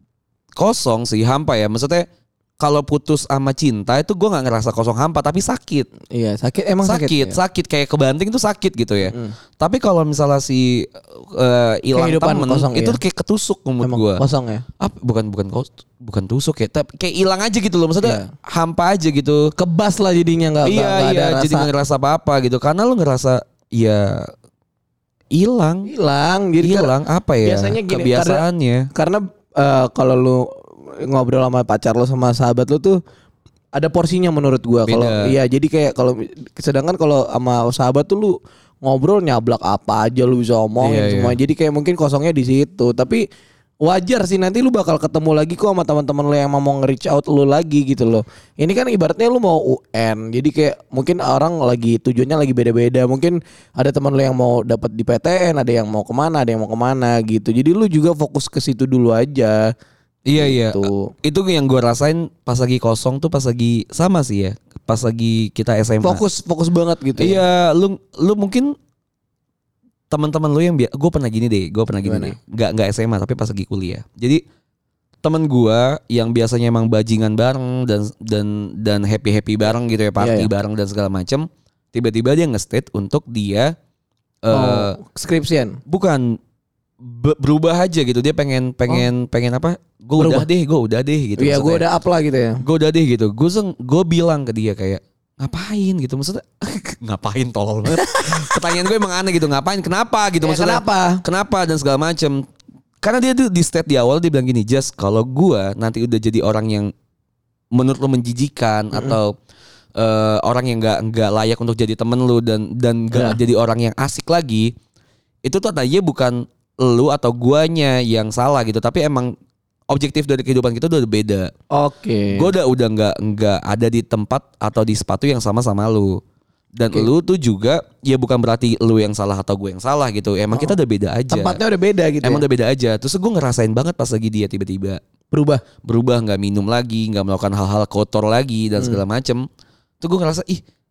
kosong sih, hampa ya. Maksudnya kalau putus sama cinta itu gue nggak ngerasa kosong hampa, tapi sakit. Iya sakit, emang sakit. Sakit, ya? sakit kayak kebanting tuh sakit gitu ya. Mm. Tapi kalau misalnya si hilang uh, temen itu ya? kayak ketusuk menurut gue. Kosong ya? Ah, bukan bukan bukan tusuk ya, tapi kayak hilang aja gitu loh. Maksudnya yeah. hampa aja gitu. Kebas lah jadinya nggak. Iya gak, iya, ada jadi nggak ngerasa apa-apa gitu. Karena lu ngerasa ya hilang, hilang, jadi hilang apa ya? Biasanya gini, kebiasaannya. Karena, karena uh, kalau lu ngobrol sama pacar lo sama sahabat lo tuh ada porsinya menurut gua. Kalau iya jadi kayak kalau sedangkan kalau sama sahabat tuh lu ngobrol nyablak apa aja lu bisa omongin iya, semua. Iya. Jadi kayak mungkin kosongnya di situ. Tapi wajar sih nanti lu bakal ketemu lagi kok sama teman-teman lu yang mau nge-reach out lu lagi gitu loh. Ini kan ibaratnya lu mau U N. Jadi kayak mungkin orang lagi tujuannya lagi beda-beda. Mungkin ada teman lu yang mau dapat di P T N, ada yang mau kemana, ada yang mau kemana gitu. Jadi lu juga fokus ke situ dulu aja. Iya gitu. Iya, itu yang gue rasain pas lagi kosong tuh pas lagi sama sih ya, pas lagi kita S M A. Fokus, fokus banget gitu. Iya, ya? lu lu mungkin teman-teman lu yang bi- gue pernah gini deh, gue pernah gini Gimana? deh, nggak nggak S M A tapi pas lagi kuliah. Jadi teman gue yang biasanya emang bajingan bareng dan dan dan happy happy bareng gitu ya, party iya, iya. bareng dan segala macem, tiba-tiba dia nge-state untuk dia oh, uh, skripsian. Bukan. Berubah aja gitu, dia pengen pengen oh. pengen apa? Gue udah deh, gue udah deh gitu. Iya, gue udah up lah gitu ya. Gue udah deh gitu. Gue gue bilang ke dia kayak ngapain gitu, maksudnya ngapain tolol banget. Pertanyaan gue emang aneh gitu, ngapain? Kenapa gitu ya, maksudnya? Kenapa? Kenapa dan segala macem. Karena dia tuh di state di awal dia bilang gini, Just kalau gue nanti udah jadi orang yang menurut lo menjijikan mm-hmm. atau uh, orang yang nggak nggak layak untuk jadi temen lo dan dan nggak yeah. jadi orang yang asik lagi, itu tuh tadinya bukan lu atau guanya yang salah gitu, tapi emang objektif dari kehidupan kita udah beda. Oke. Okay. Gue udah udah nggak nggak ada di tempat atau di sepatu yang sama sama lu. Dan okay. lu tuh juga ya bukan berarti lu yang salah atau gue yang salah gitu. Emang oh. kita udah beda aja. Tempatnya udah beda gitu. Emang ya? udah beda aja. Terus gue ngerasain banget pas lagi dia tiba-tiba berubah, berubah nggak minum lagi, nggak melakukan hal-hal kotor lagi dan hmm. segala macem. Tuh gue ngerasa ih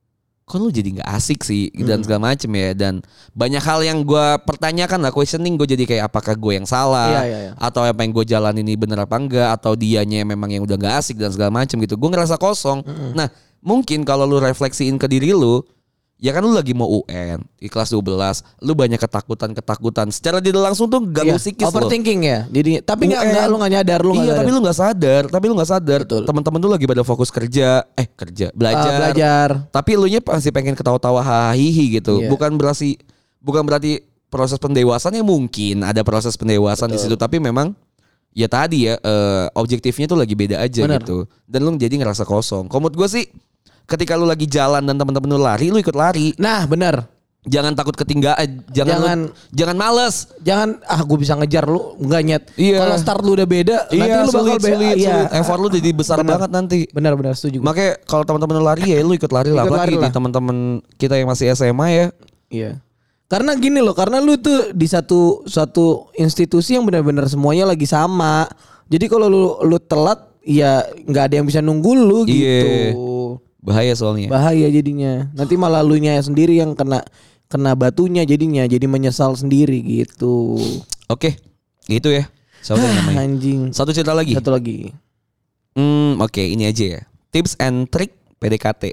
kok lu jadi nggak asik sih dan segala macem ya, dan banyak hal yang gue pertanyakan lah, questioning gue jadi kayak apakah gue yang salah Iya, iya, iya. atau apa yang gue jalan ini bener apa enggak, atau dianya memang yang udah nggak asik dan segala macem gitu. Gue ngerasa kosong. Mm-hmm. Nah mungkin kalau lu refleksiin ke diri lu, ya kan lu lagi mau U N di kelas dua belas, lu banyak ketakutan-ketakutan. Secara tidak langsung tuh ganggu iya, psikis lo. Overthinking ya. Jadi tapi enggak enggak lu enggak nyadar lu Iya, sadar. tapi lu enggak sadar, tapi lu enggak sadar. Teman-teman tuh lagi pada fokus kerja, eh kerja, belajar. Uh, belajar. Tapi lu nya pasti pengen ketawa-tawa hahihi gitu. Iya. Bukan berarti bukan berarti proses pendewasannya, mungkin ada proses pendewasan di situ, tapi memang ya tadi ya uh, objektifnya tuh lagi beda aja. Bener. Gitu. Dan lu jadi ngerasa kosong. Komod gue sih ketika lu lagi jalan dan teman-teman lu lari, lu ikut lari. Nah, benar. Jangan takut ketinggalan, jangan jangan, lu, jangan males. Jangan ah gue bisa ngejar lu, enggak nyet. Iya. Kalau start lu udah beda, iya, nanti lu bakal beda. Sulit, iya. sulit. Effort lu jadi besar bener. Banget nanti. Benar-benar setuju. Makanya kalau teman-teman lu lari ya lu ikut lari lah. Apalagi di teman-teman kita yang masih S M A ya. Iya. Karena gini loh, karena lu tuh di satu satu institusi yang benar-benar semuanya lagi sama. Jadi kalau lu lu telat, ya nggak ada yang bisa nunggu lu gitu. Iya. Bahaya soalnya. Bahaya jadinya. Nanti malah lu nya sendiri yang kena kena batunya jadinya, jadi menyesal sendiri gitu. Oke, gitu ya. Siapa namanya? Anjing. Satu cerita lagi. Satu lagi. Hmm, oke, okay, ini aja ya. Tips and trick P D K T.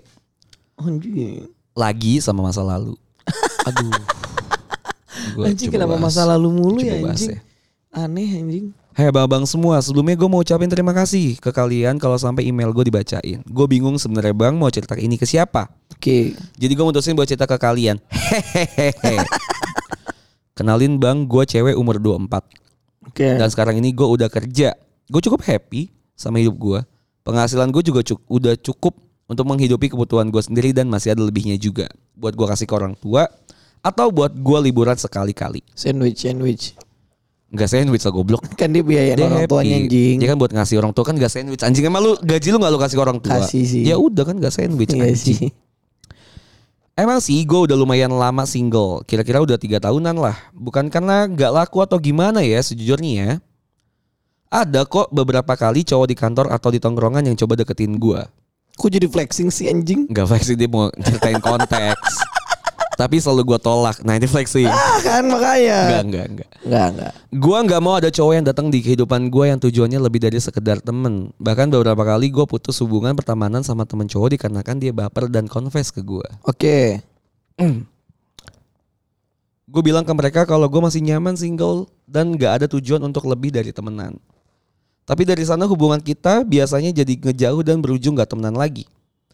Anjing. Lagi sama masa lalu. Aduh. Anjing kenapa bahas. Masa lalu mulu ya anjing. Ya. Aneh anjing. Hai abang-abang semua, sebelumnya gue mau ucapin terima kasih ke kalian kalau sampai email gue dibacain. Gue bingung sebenarnya bang mau cerita ini ke siapa. Oke. Okay. Jadi gue mutusin buat cerita ke kalian. Hehehe. Kenalin bang, gue cewek umur dua puluh empat. Oke. Okay. Dan sekarang ini gue udah kerja. Gue cukup happy sama hidup gue. Penghasilan gue juga cukup, udah cukup untuk menghidupi kebutuhan gue sendiri dan masih ada lebihnya juga. Buat gue kasih ke orang tua atau buat gue liburan sekali-kali. Sandwich, sandwich. Enggak sandwich lah goblok. Kan dia biayain dia orang tuanya anjing. Dia kan buat ngasih orang tua kan enggak sandwich. Anjing emang lu gaji lu enggak lu kasih ke orang tua. Kasih sih. Ya udah kan enggak sandwich iya anjing. Sih. Emang sih gue udah lumayan lama single. Kira-kira udah tiga tahunan lah. Bukan karena enggak laku atau gimana ya sejujurnya ya. Ada kok beberapa kali cowok di kantor atau di tongkrongan yang coba deketin gue. Kok jadi flexing sih anjing? Enggak flexing, dia mau ceritain konteks. Tapi selalu gue tolak. Nah ini flexing. Ah kan makanya. Enggak, enggak, enggak. Enggak, enggak. Gue gak mau ada cowok yang datang di kehidupan gue yang tujuannya lebih dari sekedar temen. Bahkan beberapa kali gue putus hubungan pertemanan sama temen cowok dikarenakan dia baper dan confess ke gue. Oke. Okay. Mm. Gue bilang ke mereka kalau gue masih nyaman single dan gak ada tujuan untuk lebih dari temenan. Tapi dari sana hubungan kita biasanya jadi ngejauh dan berujung gak temenan lagi.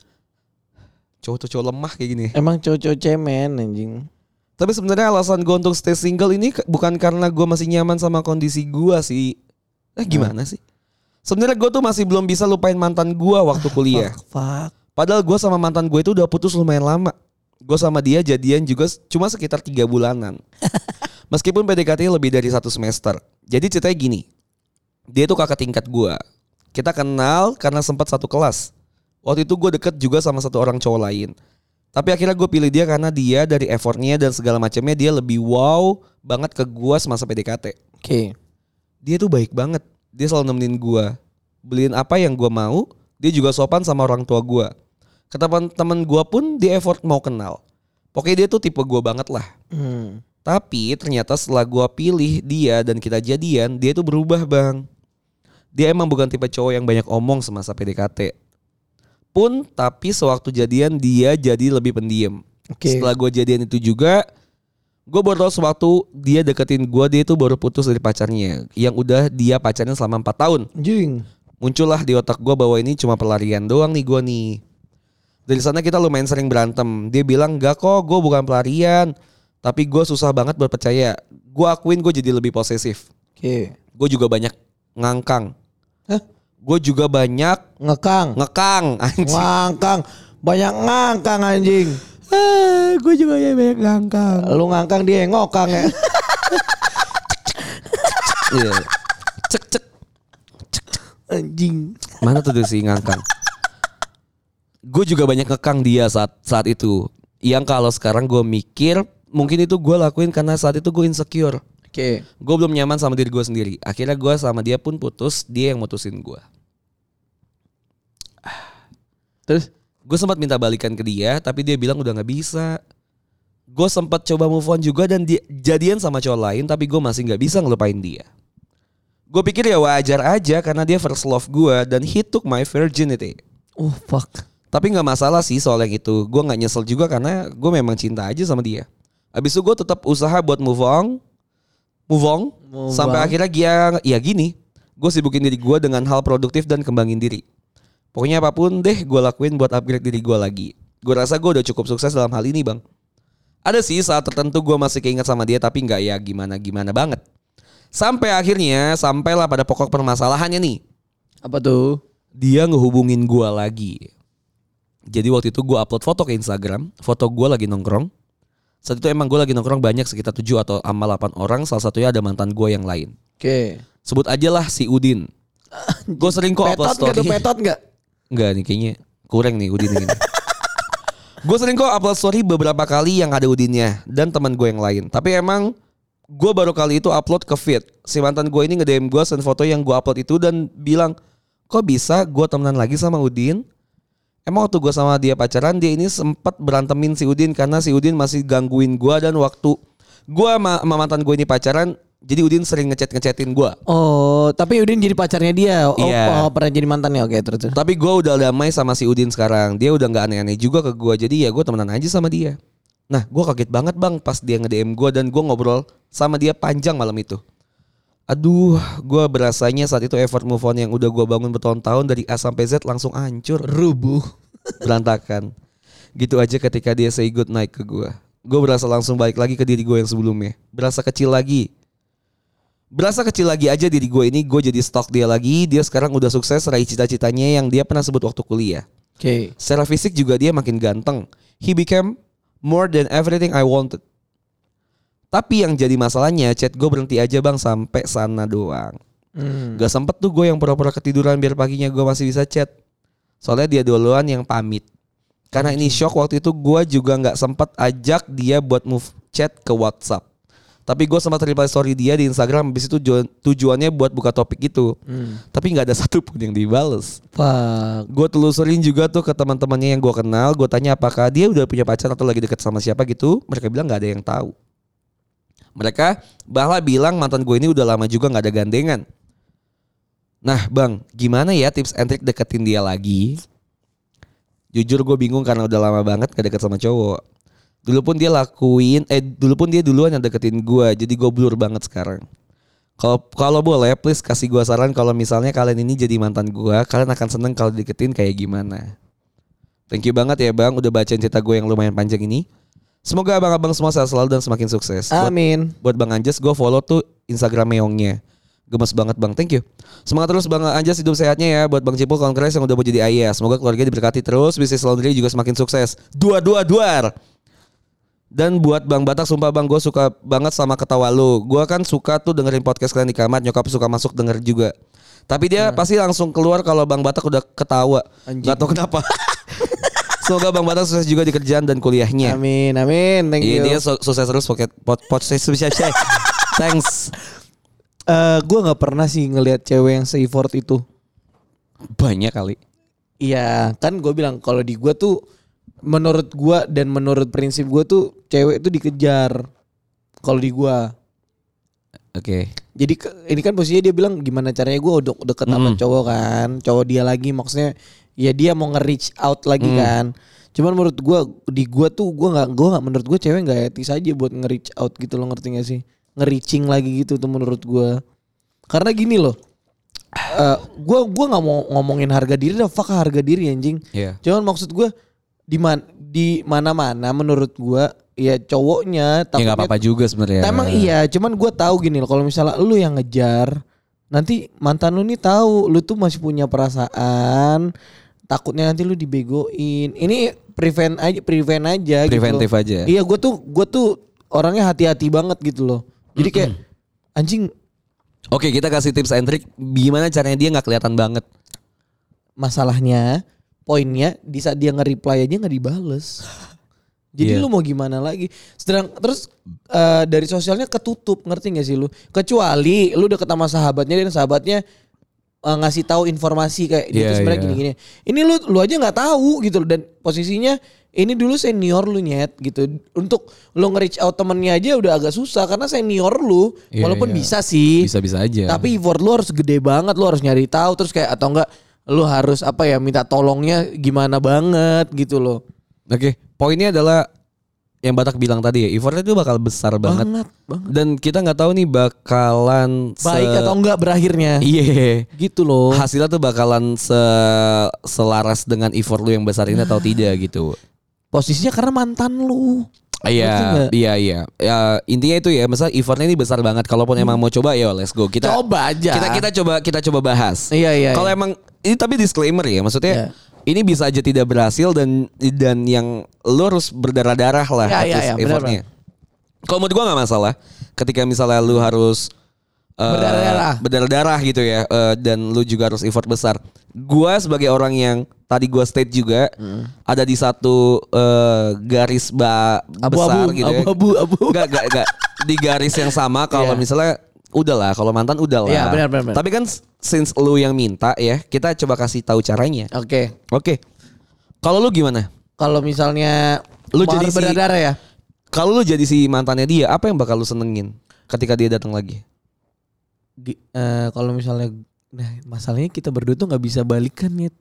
Cowok-cowok lemah kayak gini. Emang cowok-cowok cemen anjing. Tapi sebenarnya alasan gue untuk stay single ini bukan karena gue masih nyaman sama kondisi gue sih. Eh gimana hmm. sih? Sebenarnya gue tuh masih belum bisa lupain mantan gue waktu kuliah. Fuck, fuck. Padahal gue sama mantan gue itu udah putus lumayan lama. Gue sama dia jadian juga cuma sekitar tiga bulanan. Meskipun P D K T lebih dari satu semester. Jadi ceritanya gini. Dia tuh kakak tingkat gue. Kita kenal karena sempat satu kelas. Waktu itu gue deket juga sama satu orang cowok lain. Tapi akhirnya gue pilih dia karena dia dari effortnya dan segala macamnya dia lebih wow banget ke gue semasa P D K T. Oke. Okay. Dia tuh baik banget. Dia selalu nemenin gue. Beliin apa yang gue mau. Dia juga sopan sama orang tua gue. Ke teman-teman gue pun dia effort mau kenal. Pokoknya dia tuh tipe gue banget lah. Hmm. Tapi ternyata setelah gue pilih dia dan kita jadian, dia tuh berubah bang. Dia emang bukan tipe cowok yang banyak omong semasa P D K T. Pun tapi sewaktu jadian dia jadi lebih pendiam. Okay. Setelah gue jadian itu juga, gue baru tahu sewaktu dia deketin gue, dia itu baru putus dari pacarnya yang udah dia pacarnya selama empat tahun. Jing. Muncullah di otak gue bahwa ini cuma pelarian doang nih gue nih. Dari sana kita lumayan sering berantem. Dia bilang enggak kok, gue bukan pelarian. Tapi gue susah banget buat percaya. Gue akuin gue jadi lebih posesif. Oke. Okay. Gue juga banyak ngangkang. Hah? Gue juga banyak ngekang. Ngekang anjing. Ngangkang. Banyak ngangkang anjing. Eh, gue juga ya banyak ngangkang. Lu ngangkang dia yang ngokang ya. Iya. Cek cek. Cek cek. Anjing. Mana tuh si ngangkang? Gue juga banyak ngekang dia saat saat itu. Yang kalau sekarang gue mikir mungkin itu gue lakuin karena saat itu gue insecure. Oke. Okay. Gue belum nyaman sama diri gue sendiri. Akhirnya gue sama dia pun putus. Dia yang mutusin gue. Terus? Gue sempat minta balikan ke dia, tapi dia bilang udah gak bisa. Gue sempat coba move on juga dan dia jadian sama cowok lain, tapi gue masih gak bisa ngelupain dia. Gue pikir ya wajar aja karena dia first love gue dan he took my virginity. Oh fuck. Tapi gak masalah sih soal yang itu. Gue gak nyesel juga karena gue memang cinta aja sama dia. Abis itu gue tetap usaha buat move on. Move on. Move sampai on. Akhirnya dia ya gini. Gue sibukin diri gue dengan hal produktif dan kembangin diri. Pokoknya apapun deh gue lakuin buat upgrade diri gue lagi. Gue rasa gue udah cukup sukses dalam hal ini bang. Ada sih saat tertentu gue masih keinget sama dia tapi gak ya gimana-gimana banget. Sampai akhirnya sampailah pada pokok permasalahannya nih. Apa tuh? Dia ngehubungin gue lagi. Jadi waktu itu gue upload foto ke Instagram. Foto gue lagi nongkrong. Saat itu emang gue lagi nongkrong banyak sekitar tujuh atau sama delapan orang. Salah satunya ada mantan gue yang lain. Oke. Okay. Sebut aja lah si Udin. Gue sering kok upload story. Petot gak tuh petot gak? Enggak nih kayaknya kurang nih Udin ini. Gue sering kok upload story beberapa kali yang ada Udinnya dan teman gue yang lain. Tapi emang gue baru kali itu upload ke feed. Si mantan gue ini nge-D M gue send foto yang gue upload itu dan bilang, kok bisa gue temenan lagi sama Udin? Emang waktu gue sama dia pacaran dia ini sempat berantemin si Udin karena si Udin masih gangguin gue dan waktu gue sama mantan gue ini pacaran. Jadi Udin sering ngechat-ngechatin gue. Oh, tapi Udin jadi pacarnya dia. Oh, yeah. oh pernah jadi mantannya. Oke, terus. Tapi gue udah damai sama si Udin sekarang. Dia udah gak aneh-aneh juga ke gue. Jadi ya gue temenan aja sama dia. Nah, gue kaget banget bang pas dia nge-D M gue dan gue ngobrol sama dia panjang malam itu. Aduh, gue berasanya saat itu effort move on yang udah gue bangun bertahun-tahun dari A sampai Z langsung hancur, rubuh, berantakan. Gitu aja ketika dia say good night ke gue. Gue berasa langsung balik lagi ke diri gue yang sebelumnya. Berasa kecil lagi. Berasa kecil lagi aja diri gue ini. Gue jadi stalk dia lagi. Dia sekarang udah sukses raih cita-citanya yang dia pernah sebut waktu kuliah. Oke. Okay. Secara fisik juga dia makin ganteng. He became more than everything I wanted. Tapi yang jadi masalahnya chat gue berhenti aja bang sampai sana doang. Hmm. Gak sempet tuh gue yang pura-pura ketiduran biar paginya gue masih bisa chat. Soalnya dia duluan yang pamit. Karena ini shock waktu itu gue juga gak sempet ajak dia buat move chat ke WhatsApp. Tapi gue sempat reply story dia di Instagram. Habis itu tujuannya buat buka topik itu. Hmm. Tapi gak ada satupun yang dibales. Gue telusurin juga tuh ke teman-temannya yang gue kenal. Gue tanya apakah dia udah punya pacar atau lagi deket sama siapa gitu. Mereka bilang gak ada yang tahu. Mereka bahlah bilang mantan gue ini udah lama juga gak ada gandengan. Nah bang, gimana ya tips and trick deketin dia lagi? Jujur gue bingung karena udah lama banget gak deket sama cowok. Dulu pun dia lakuin, eh dulu pun dia duluan yang deketin gue, jadi gue blur banget sekarang. Kalau kalau boleh, please kasih gue saran kalau misalnya kalian ini jadi mantan gue, kalian akan seneng kalau deketin kayak gimana. Thank you banget ya bang, udah bacain cerita gue yang lumayan panjang ini. Semoga abang-abang semua sehat selalu dan semakin sukses. Amin. Buat, buat Bang Anjas, gue follow tuh Instagram meongnya. Gemes banget bang, thank you. Semangat terus Bang Anjas, hidup sehatnya ya. Buat Bang Cipul Kongres yang udah mau jadi ayah, semoga keluarga diberkati terus, bisnis laundry juga semakin sukses. Dua dua duar. Dan buat Bang Batak, sumpah bang, gue suka banget sama ketawa lu. Gue kan suka tuh dengerin podcast kalian di kamar. Nyokap suka masuk denger juga. Tapi dia hmm. pasti langsung keluar kalau Bang Batak udah ketawa. Anjing. Gak tau kenapa. Semoga Bang Batak sukses juga di kerjaan dan kuliahnya. Amin, amin. Thank you. Dia sukses terus pakai podcast. Thanks. Uh, gue gak pernah sih ngelihat cewek yang se-effort itu. Banyak kali. Iya, kan gue bilang kalau di gue tuh, menurut gue dan menurut prinsip gue tuh cewek itu dikejar kalau di gue. Oke. Okay. Jadi ini kan posisinya dia bilang gimana caranya gue udah deket mm. sama cowok kan, cowok dia lagi maksudnya ya dia mau nge-reach out lagi mm. kan. Cuman menurut gue di gue tuh gue nggak gue nggak menurut gue cewek nggak etis aja buat nge-reach out gitu, lo ngerti gak sih? Nge-reaching lagi gitu tuh menurut gue. Karena gini loh. Uh, gue gue nggak mau ngomongin harga diri, dah fuck harga diri anjing. Yeah. Cuman maksud gue di man, di mana-mana menurut gua ya cowoknya ya nggak apa-apa juga sebenarnya. Emang iya, cuman gua tahu gini loh, kalau misalnya lu yang ngejar, nanti mantan lu nih tahu lu tuh masih punya perasaan, takutnya nanti lu dibegoin. Ini prevent aja, prevent aja preventif gitu aja. Iya, gua tuh gua tuh orangnya hati-hati banget gitu loh. Jadi kayak mm-hmm. anjing. Oke, kita kasih tips and trick gimana caranya dia nggak kelihatan banget. Masalahnya poinnya di saat dia nge-reply aja gak dibales. Jadi yeah. lu mau gimana lagi? Sedang terus uh, dari sosialnya ketutup, ngerti gak sih lu? Kecuali lu deket sama sahabatnya dan sahabatnya uh, ngasih tahu informasi kayak gitu Yeah, sebenarnya yeah. gini-gini. Ini lu lu aja nggak tahu gitu loh, dan posisinya ini dulu senior lu nyet gitu. Untuk lu nge-reach out temennya aja udah agak susah karena senior lu. Yeah, walaupun yeah. bisa sih. Bisa-bisa aja. Tapi effort lu harus gede banget, lu harus nyari tahu terus kayak atau enggak lu harus apa ya minta tolongnya gimana banget gitu loh. Oke, okay. Poinnya adalah yang Batak bilang tadi ya, effortnya itu bakal besar banget. Banget, banget. Dan kita nggak tahu nih bakalan baik se- atau enggak berakhirnya. Iya. Gitu loh. Hasilnya tuh bakalan se- selaras dengan effort lu yang besar ini atau tidak gitu. Posisinya karena mantan lu. Iya, iya, iya. Ya, intinya itu ya, misalnya effortnya ini besar banget. Kalaupun hmm. emang mau coba, ya let's go. Kita coba aja. Kita kita coba kita coba bahas. Iya, iya. Kalau iya. emang ini tapi disclaimer ya, maksudnya iya. ini bisa aja tidak berhasil dan dan yang lu harus berdarah-darah lah iya, atas iya, iya, effortnya. Kalau menurut gua nggak masalah. Ketika misalnya lu harus uh, berdarah-darah, berdarah-darah gitu ya, uh, dan lu juga harus effort besar. Gua sebagai orang yang tadi gue state juga hmm. ada di satu uh, garis ba besar abu-abu, gitu ya. Abu-abu, abu. Gak, gak, gak. Di garis yang sama kalau yeah. misalnya udahlah, kalau mantan udahlah. Iya, benar, benar, benar. Tapi kan since lu yang minta ya, kita coba kasih tahu caranya. Oke. Okay. Oke. Okay. Kalau lu gimana? Kalau misalnya lu jadi si, berdarah ya. Kalau lu jadi si mantannya dia, apa yang bakal lu senengin ketika dia datang lagi? G- uh, kalau misalnya, nah masalahnya kita berdua tuh nggak bisa balikan ya.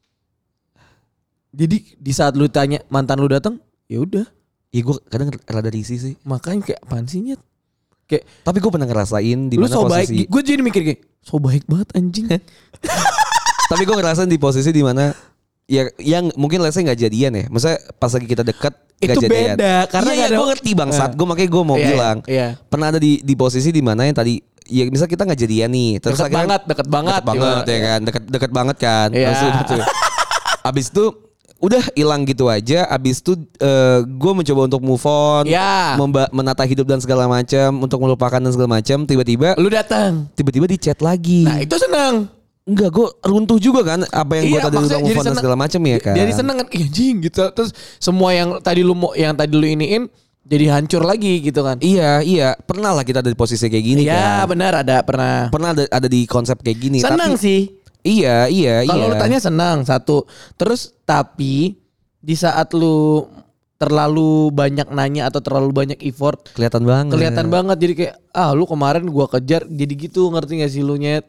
Jadi di saat lu tanya mantan lu datang, ya udah. Iya gue kadang rada risih sih. Makanya kayak apaan sih nyet? Kayak tapi gue pernah ngerasain di mana so baik. posisi. Gue jadi mikir kayak so baik banget anjing. Tapi gue ngerasain di posisi di mana ya yang mungkin let's say nggak jadian ya. Maksudnya pas lagi kita deket itu gak jadian. beda karena iya, iya, gue ngerti bangsat. Gue makanya gue mau iya, bilang. Iya. Pernah ada di di posisi di mana yang tadi ya misal kita nggak jadian nih. Terus deket banget, deket banget, deket banget ya kan, deket deket banget kan. Iya. Terus abis itu udah hilang gitu aja. Abis itu uh, gue mencoba untuk move on, ya. memba- menata hidup dan segala macam, untuk melupakan dan segala macam. Tiba-tiba lu datang, tiba-tiba di chat lagi. Nah itu senang. Enggak, gue runtuh juga kan apa yang iya, gue tadi udah move on dan segala macam ya kan. Jadi seneng kan, iya jing gitu. Terus semua yang tadi lu mau, yang tadi lu iniin jadi hancur lagi gitu kan. Iya, iya. Pernah lah kita ada di posisi kayak gini iya, kan. Iya benar ada pernah. Pernah ada, ada di konsep kayak gini. Senang tapi, sih. Iya, iya, Kalo iya. Kalau lu tanya senang satu. Terus tapi di saat lu terlalu banyak nanya atau terlalu banyak effort, kelihatan banget. Kelihatan banget jadi kayak ah lu kemarin gua kejar jadi gitu, ngerti gak sih lu nyet?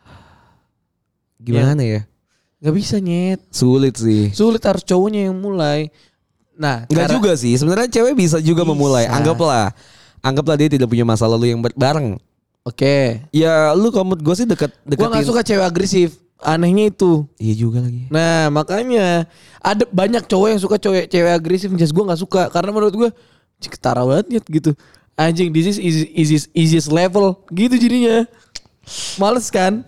Gimana ya? ya? Gak bisa nyet. Sulit sih. Sulit, harus cowoknya yang mulai. Nah, enggak cara... juga sih. Sebenarnya cewek bisa juga bisa. memulai. Anggaplah, anggaplah dia tidak punya masa lalu yang bareng. Oke. Okay. Ya lu kalau menurut gue sih dekat deketin. Gue gak suka cewek agresif. Anehnya itu. Iya juga lagi. Nah makanya ada banyak cowok yang suka cewek cewek agresif. Just gue gak suka karena menurut gue ketara banget gitu. Anjing, this is easy, easy, easiest level gitu jadinya. Males kan?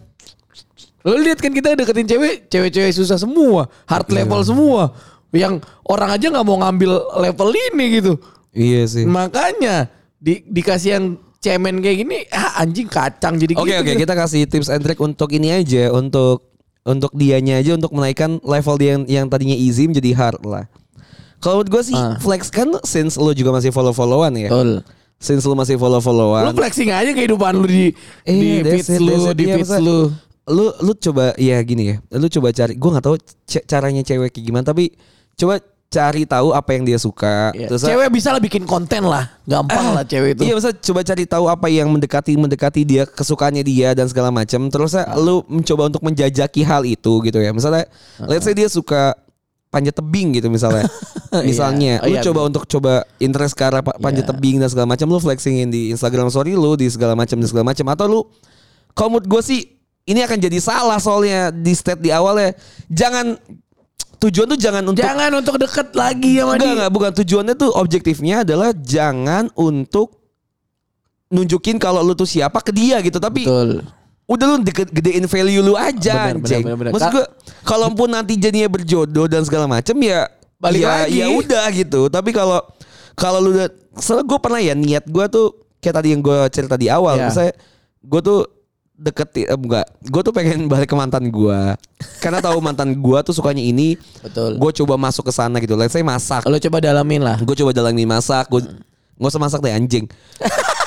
Lo lihat kan kita deketin cewek, cewek-cewek susah semua, hard level semua. Yang orang aja nggak mau ngambil level ini gitu. Iya sih. Makanya di, dikasih yang cemen kayak gini, ah, anjing kacang jadi. Oke gitu. Oke okay, kita kasih tips and trick untuk ini aja, untuk untuk dianya aja, untuk menaikkan level dia yang, yang tadinya easy menjadi hard lah. Kalau menurut gue sih ah. flex kan, since lo juga masih follow-followan ya. Betul. Since lo masih follow-followan. Lo flexing aja kehidupan lo di eh, di feeds lo, di feeds lo. Lu lu coba ya gini ya. Lu coba cari, gue nggak tahu c- caranya cewek kayak gimana, tapi coba cari tahu apa yang dia suka. Ya, terus cewek bisa lah bikin konten lah, gampang ah, lah cewek itu. Iya, masa coba cari tahu apa yang mendekati mendekati dia, kesukaannya dia dan segala macam. Terus ah. lu mencoba untuk menjajaki hal itu gitu ya. Misalnya, ah. let's say dia suka panjat tebing gitu misalnya. Misalnya, iya. Oh, lu iya, coba bener. untuk coba interest ke arah panjat yeah. tebing dan segala macam, lu flexingin di Instagram story lu, di segala macam dan segala macam. Atau lu, kalau menurut gue sih ini akan jadi salah soalnya di state di awalnya. Jangan tujuan tuh jangan untuk jangan untuk deket lagi sama enggak, dia. Enggak, bukan tujuannya tuh, objektifnya adalah jangan untuk nunjukin kalau lu tuh siapa ke dia gitu. Tapi betul. Udah lu gedein value lu aja, anjing. Maksud gue, kalaupun nanti jadinya berjodoh dan segala macem ya balik ya, lagi. Ya udah gitu. Tapi kalau kalau lu udah, soalnya gue pernah ya niat gue tuh kayak tadi yang gue cerita di awal, yeah. Misalnya gue tuh deket, eh, enggak, gue tuh pengen balik ke mantan gue karena tahu mantan gue tuh sukanya ini. Betul. Gue coba masuk ke sana gitu. Let's say masak. Lo coba dalamin lah. Gue coba dalamin masak. Gue nggak usah masak deh anjing.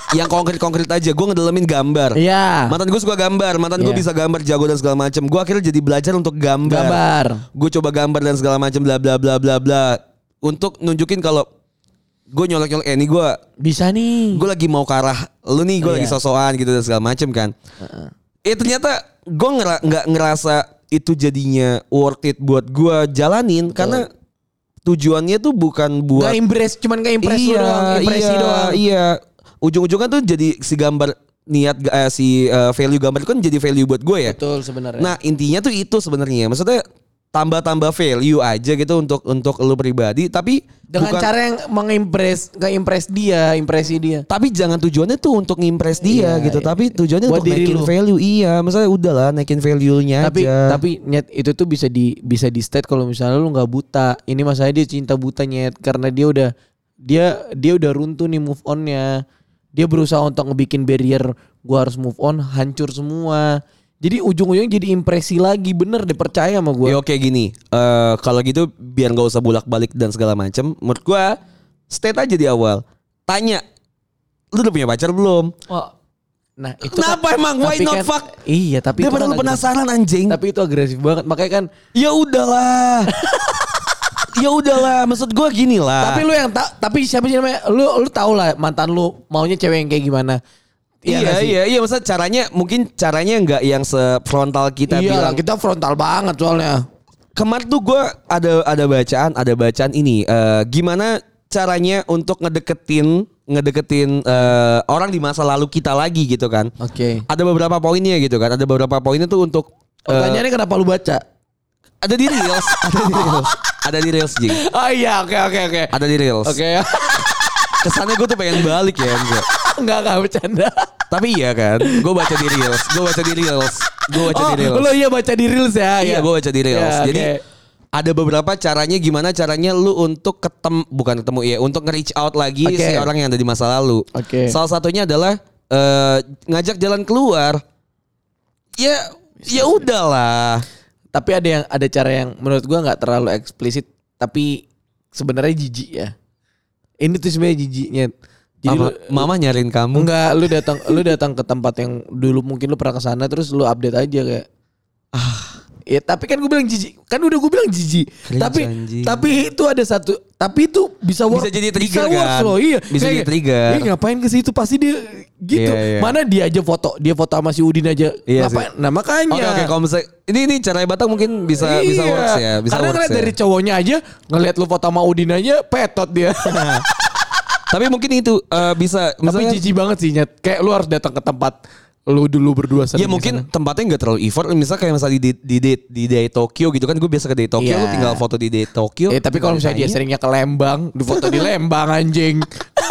yang konkret-konkret aja. Gue ngedalemin gambar. Iya. Mantan gue suka gambar. Mantan gue Iya. bisa gambar, jago dan segala macam. Gue akhirnya jadi belajar untuk gambar. Gambar. Gue coba gambar dan segala macam bla bla bla bla bla. Untuk nunjukin kalau gue nyolek-nyolek eh ini gue Bisa nih. gue lagi mau ke arah lu nih, gue Iya. lagi sosokan gitu dan segala macam kan. Uh-uh. Eh ternyata gue ngera- nggak ngerasa itu jadinya worth it buat gue jalanin. Betul. Karena tujuannya tuh bukan buat Gak impress, cuman gak impress iya, doang, impresi iya, doang. Iya, ujung-ujungnya tuh jadi si gambar niat eh, si uh, value gambar itu kan jadi value buat gue ya. Betul sebenarnya. Nah intinya tuh itu sebenarnya, maksudnya tambah-tambah value aja gitu untuk untuk lu pribadi, tapi dengan bukan, cara yang mengimpress, nggak impress dia, impresi dia. tapi jangan tujuannya tuh untuk ngimpress dia Iya, gitu, iya. tapi tujuannya Buat untuk diri naikin lu. value. Iya, maksudnya udahlah naikin value-nya Tapi aja. tapi nyet itu tuh bisa di bisa di state kalau misalnya lu nggak buta. Ini masalahnya dia cinta buta nyet karena dia udah dia dia udah runtuh nih move on-nya. Dia berusaha untuk ngebikin barrier gua harus move on, hancur semua. Jadi ujung-ujungnya jadi impresi lagi, bener deh, percaya sama gue. Ya oke gini, eh kalau gitu biar nggak usah bolak-balik dan segala macam, menurut gue state aja di awal, tanya, lu udah punya pacar belum? Oh, nah itu Kenapa kan, emang? Why tapi not kan, fuck? Iya, tapi Dia itu kan perlu agresif. penasaran anjing. Tapi itu agresif banget, makanya kan. Ya udahlah. Ya udahlah, maksud gue gini lah. Tapi lu yang tak, tapi siapa sih namanya? Lu lu tahu lah mantan lu maunya cewek yang kayak gimana? Iya nggak sih? iya iya, maksudnya caranya mungkin caranya nggak yang sefrontal kita Iya, bilang. kita frontal banget soalnya. Kemarin tuh gue ada ada bacaan ada bacaan ini eh, gimana caranya untuk ngedeketin ngedeketin eh, orang di masa lalu kita lagi gitu kan. Oke. Ada beberapa poinnya gitu kan. Ada beberapa poinnya tuh untuk eh, Pertanyaannya kenapa lu baca? ada di reels, ada di reels, ada di reels Jing. Oh iya, oke oke oke. Ada di reels. Oke. Kesannya gue tuh pengen balik ya enggak. Enggak enggak bercanda. Tapi iya kan, gue baca di reels, gue baca di reels, gue baca Oh, di reels. lu iya baca di reels ya? Iya, gue baca di reels. Ya, Jadi oke. ada beberapa caranya gimana caranya lu untuk ketemu bukan ketemu ya, untuk nge-reach out lagi Oke. si orang yang ada di masa lalu. Oke. Salah satunya adalah eh, ngajak jalan keluar. Ya, ya udahlah. Tapi ada yang ada cara yang menurut gua nggak terlalu eksplisit, tapi sebenarnya jijik ya. Ini tuh sebenarnya jijiknya. Jadi Mama, lu, mama nyariin kamu. enggak, lu datang lu datang ke tempat yang dulu mungkin lu pernah ke sana terus lu update aja kayak ah ya tapi kan gue bilang jijik. Kan udah gue bilang jijik. Cringe, Tapi anjing. tapi itu ada satu tapi itu bisa work, Bisa jadi trigger, bisa works kan? loh, iya. Bisa Kayak, jadi trigger. "Ih, ngapain ke situ pasti dia gitu. Iya, iya. Mana dia aja foto, dia foto sama si Udin aja. Iya ngapain? Nah, makanya. Oke oke, kalau misalnya ini ini cara Batak mungkin bisa Iya. bisa works ya, bisa Karena works ngeliat ya. dari cowoknya aja, ngeliat lu foto sama Udin aja, petot dia. Tapi mungkin itu eh, bisa Tapi misalnya jijik banget sih, Nyet. Kayak lu harus datang ke tempat lu dulu berdua sering ya mungkin tempatnya nggak terlalu effort. Misalnya kayak misalnya di di di, di Day Tokyo gitu kan, gue biasa ke Day Tokyo, Iya. lu tinggal foto di Day Tokyo. Eh tapi kalau misalnya dia Tanya. seringnya ke Lembang, di foto di Lembang anjing.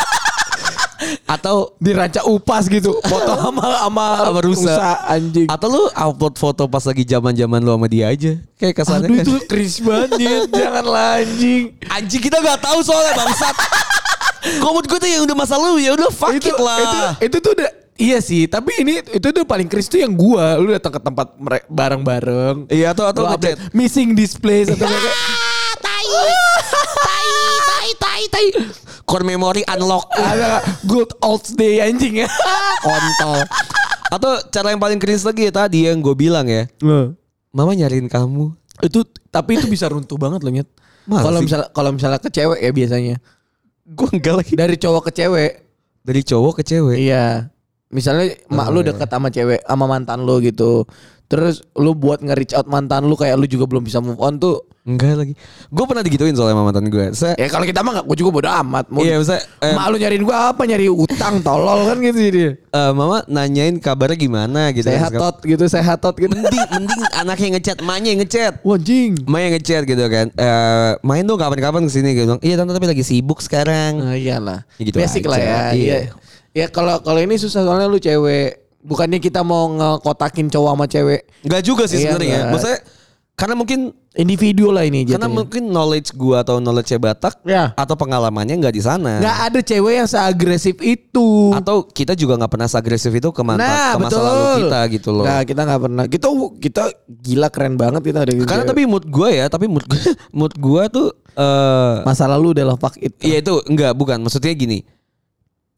Atau di Ranca Upas gitu, foto sama sama Sama rusa. rusa anjing. Atau lu upload foto pas lagi zaman-zaman lu sama dia aja. Kayak kesannya Aduh kan. itu cringe banget, janganlah anjing. Anjing kita gak tahu soalnya bangsat. Komod gue tuh yang udah masa lalu ya udah fuck itu, it lah. Itu, itu tuh udah iya sih, tapi ini itu tuh paling cringe tuh yang gua, lu datang ke tempat mere- bareng-bareng. Iya atau atau Lu update. update missing display atau kayak Tai, tai, tai, tai, tai. Core memory unlock. ada good old day anjing ya. Kontol. Atau cara yang paling cringe lagi ya tadi yang gue bilang ya. Mama nyariin kamu. Itu tapi itu bisa runtuh banget loh, Nyet. Masa Kalau sih? misalnya kalau misalnya ke cewek ya biasanya. Gue enggak lagi. Dari cowok ke cewek. Dari cowok ke cewek. Iya. Misalnya mak Oh, lu iya. deket sama cewek, sama mantan lu gitu. Terus lu buat nge-reach out mantan lu kayak lu juga belum bisa move on tuh. Enggak lagi. Gue pernah digituin soalnya sama mantan gue. Saya Ya kalau kita mah gak, gue juga bodo amat. Mau, iya maksudnya eh, mak lu nyariin gue apa, nyari utang tolol kan gitu dia. eh, mama nanyain kabarnya gimana gitu. Sehat tot gitu, sehat tot gitu. Mending mending anaknya yang ngechat, emaknya yang ngechat. Wah anjing. Emak yang ngechat gitu kan. Eh, main dong kapan-kapan kesini gitu. Iya tante tapi lagi sibuk sekarang. Nah, iyalah. Ya gitu Basic aja, lah ya. iya. Iya. Ya kalau kalau ini susah soalnya lu cewek. Bukannya kita mau ngekotakin cowok sama cewek. Enggak juga sih Iya, sebenarnya. enggak. Maksudnya karena mungkin Individu lah ini karena jatuhnya. mungkin knowledge gua atau knowledge Batak Ya. atau pengalamannya nggak di sana. Nggak ada cewek yang seagresif itu. Atau kita juga nggak pernah seagresif itu ke mantan Nah, ke masa betul. lalu kita gitu loh. Nah, kita nggak pernah. Kita kita gila keren banget kita ada gitu. Karena tapi mood gue ya, tapi mood gue, mood gue tuh eh masa lalu adalah fuck it. iya itu enggak bukan maksudnya gini.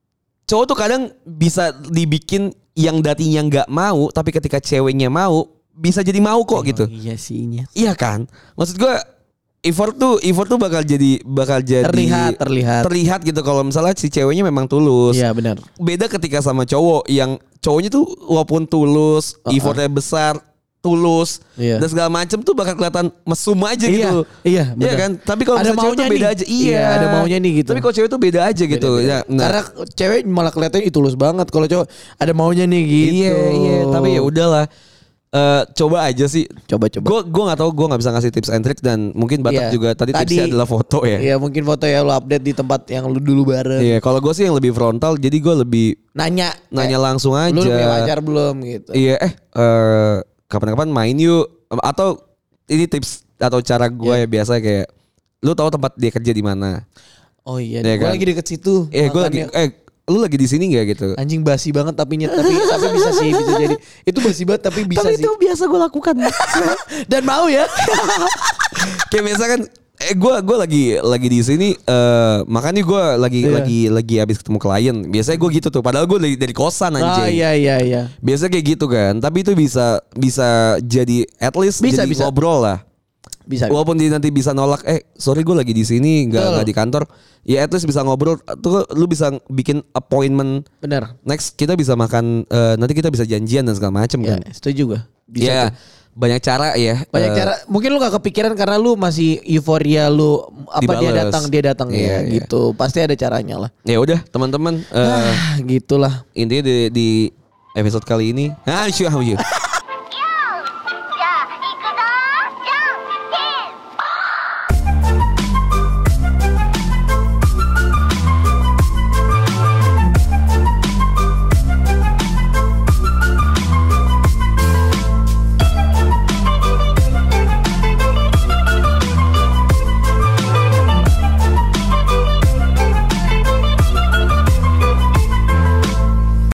cowok tuh kadang bisa dibikin yang datinya nggak mau, tapi ketika ceweknya mau bisa jadi mau kok oh, gitu. Iya sih ini. Iya kan? Maksud gue effort tuh effort tuh bakal jadi bakal jadi terlihat terlihat terlihat gitu kalau misalnya si ceweknya memang tulus. Iya benar. Beda ketika sama cowok yang cowoknya tuh walaupun tulus, uh-uh. effortnya besar, tulus iya. dan segala macam tuh bakal kelihatan mesum aja iya, gitu. Iya, iya kan? Tapi kalau cewek tuh beda nih. aja. Iya. iya, ada maunya nih gitu. Tapi kalau cewek tuh beda aja beda, gitu. Beda. Ya, nah. Karena cewek malah kelihatannya tulus banget. Kalau cowok ada maunya nih gitu. Iya, iya. Tapi ya udahlah. Uh, coba aja sih. Coba coba. Gue gue nggak tahu, gue nggak bisa ngasih tips and trick dan mungkin Batak yeah. juga tadi, tadi tipsnya adalah foto ya. Iya mungkin foto ya lo update di tempat yang lu dulu bareng. Iya kalau gue sih yang lebih frontal, jadi gue lebih nanya nanya eh, langsung aja. Lu punya pacar belum gitu. Iya eh uh, kapan-kapan main yuk, atau ini tips atau cara gue yeah. ya biasa kayak lu tahu tempat dia kerja di mana. Oh iya, ya, gue kan? lagi deket situ. Iya gue lagi eh lu lagi di sini nggak gitu? Anjing basi banget tapi nyet tapi tapi bisa sih bisa jadi itu basi banget tapi bisa tapi sih. Tapi itu biasa gue lakukan dan mau ya. Kayak biasa kan, eh gue gue lagi lagi di sini, uh, makanya gue lagi yeah. lagi lagi habis ketemu klien. Biasanya gue gitu tuh, padahal gue dari, dari kosan anjing. Ah iya iya iya. Biasa kayak gitu kan, tapi itu bisa bisa jadi at least bisa, jadi bisa. ngobrol lah. Bisa. Walaupun dia nanti bisa nolak, eh sorry gue lagi di sini, nggak nggak di kantor. Ya at least bisa ngobrol. Tuh lu bisa bikin appointment. Bener. Next kita bisa makan. Uh, nanti kita bisa janjian dan segala macam ya, kan. Setuju gue. Bisa ya, tuh. Banyak cara ya. Banyak uh, cara. Mungkin lu gak kepikiran karena lu masih euforia lu apa dibales. dia datang dia datang ya yeah, gitu. Yeah. Pasti ada caranya lah. Ya udah teman-teman. Uh, ah, gitulah. Intinya di, di episode kali ini. Ah,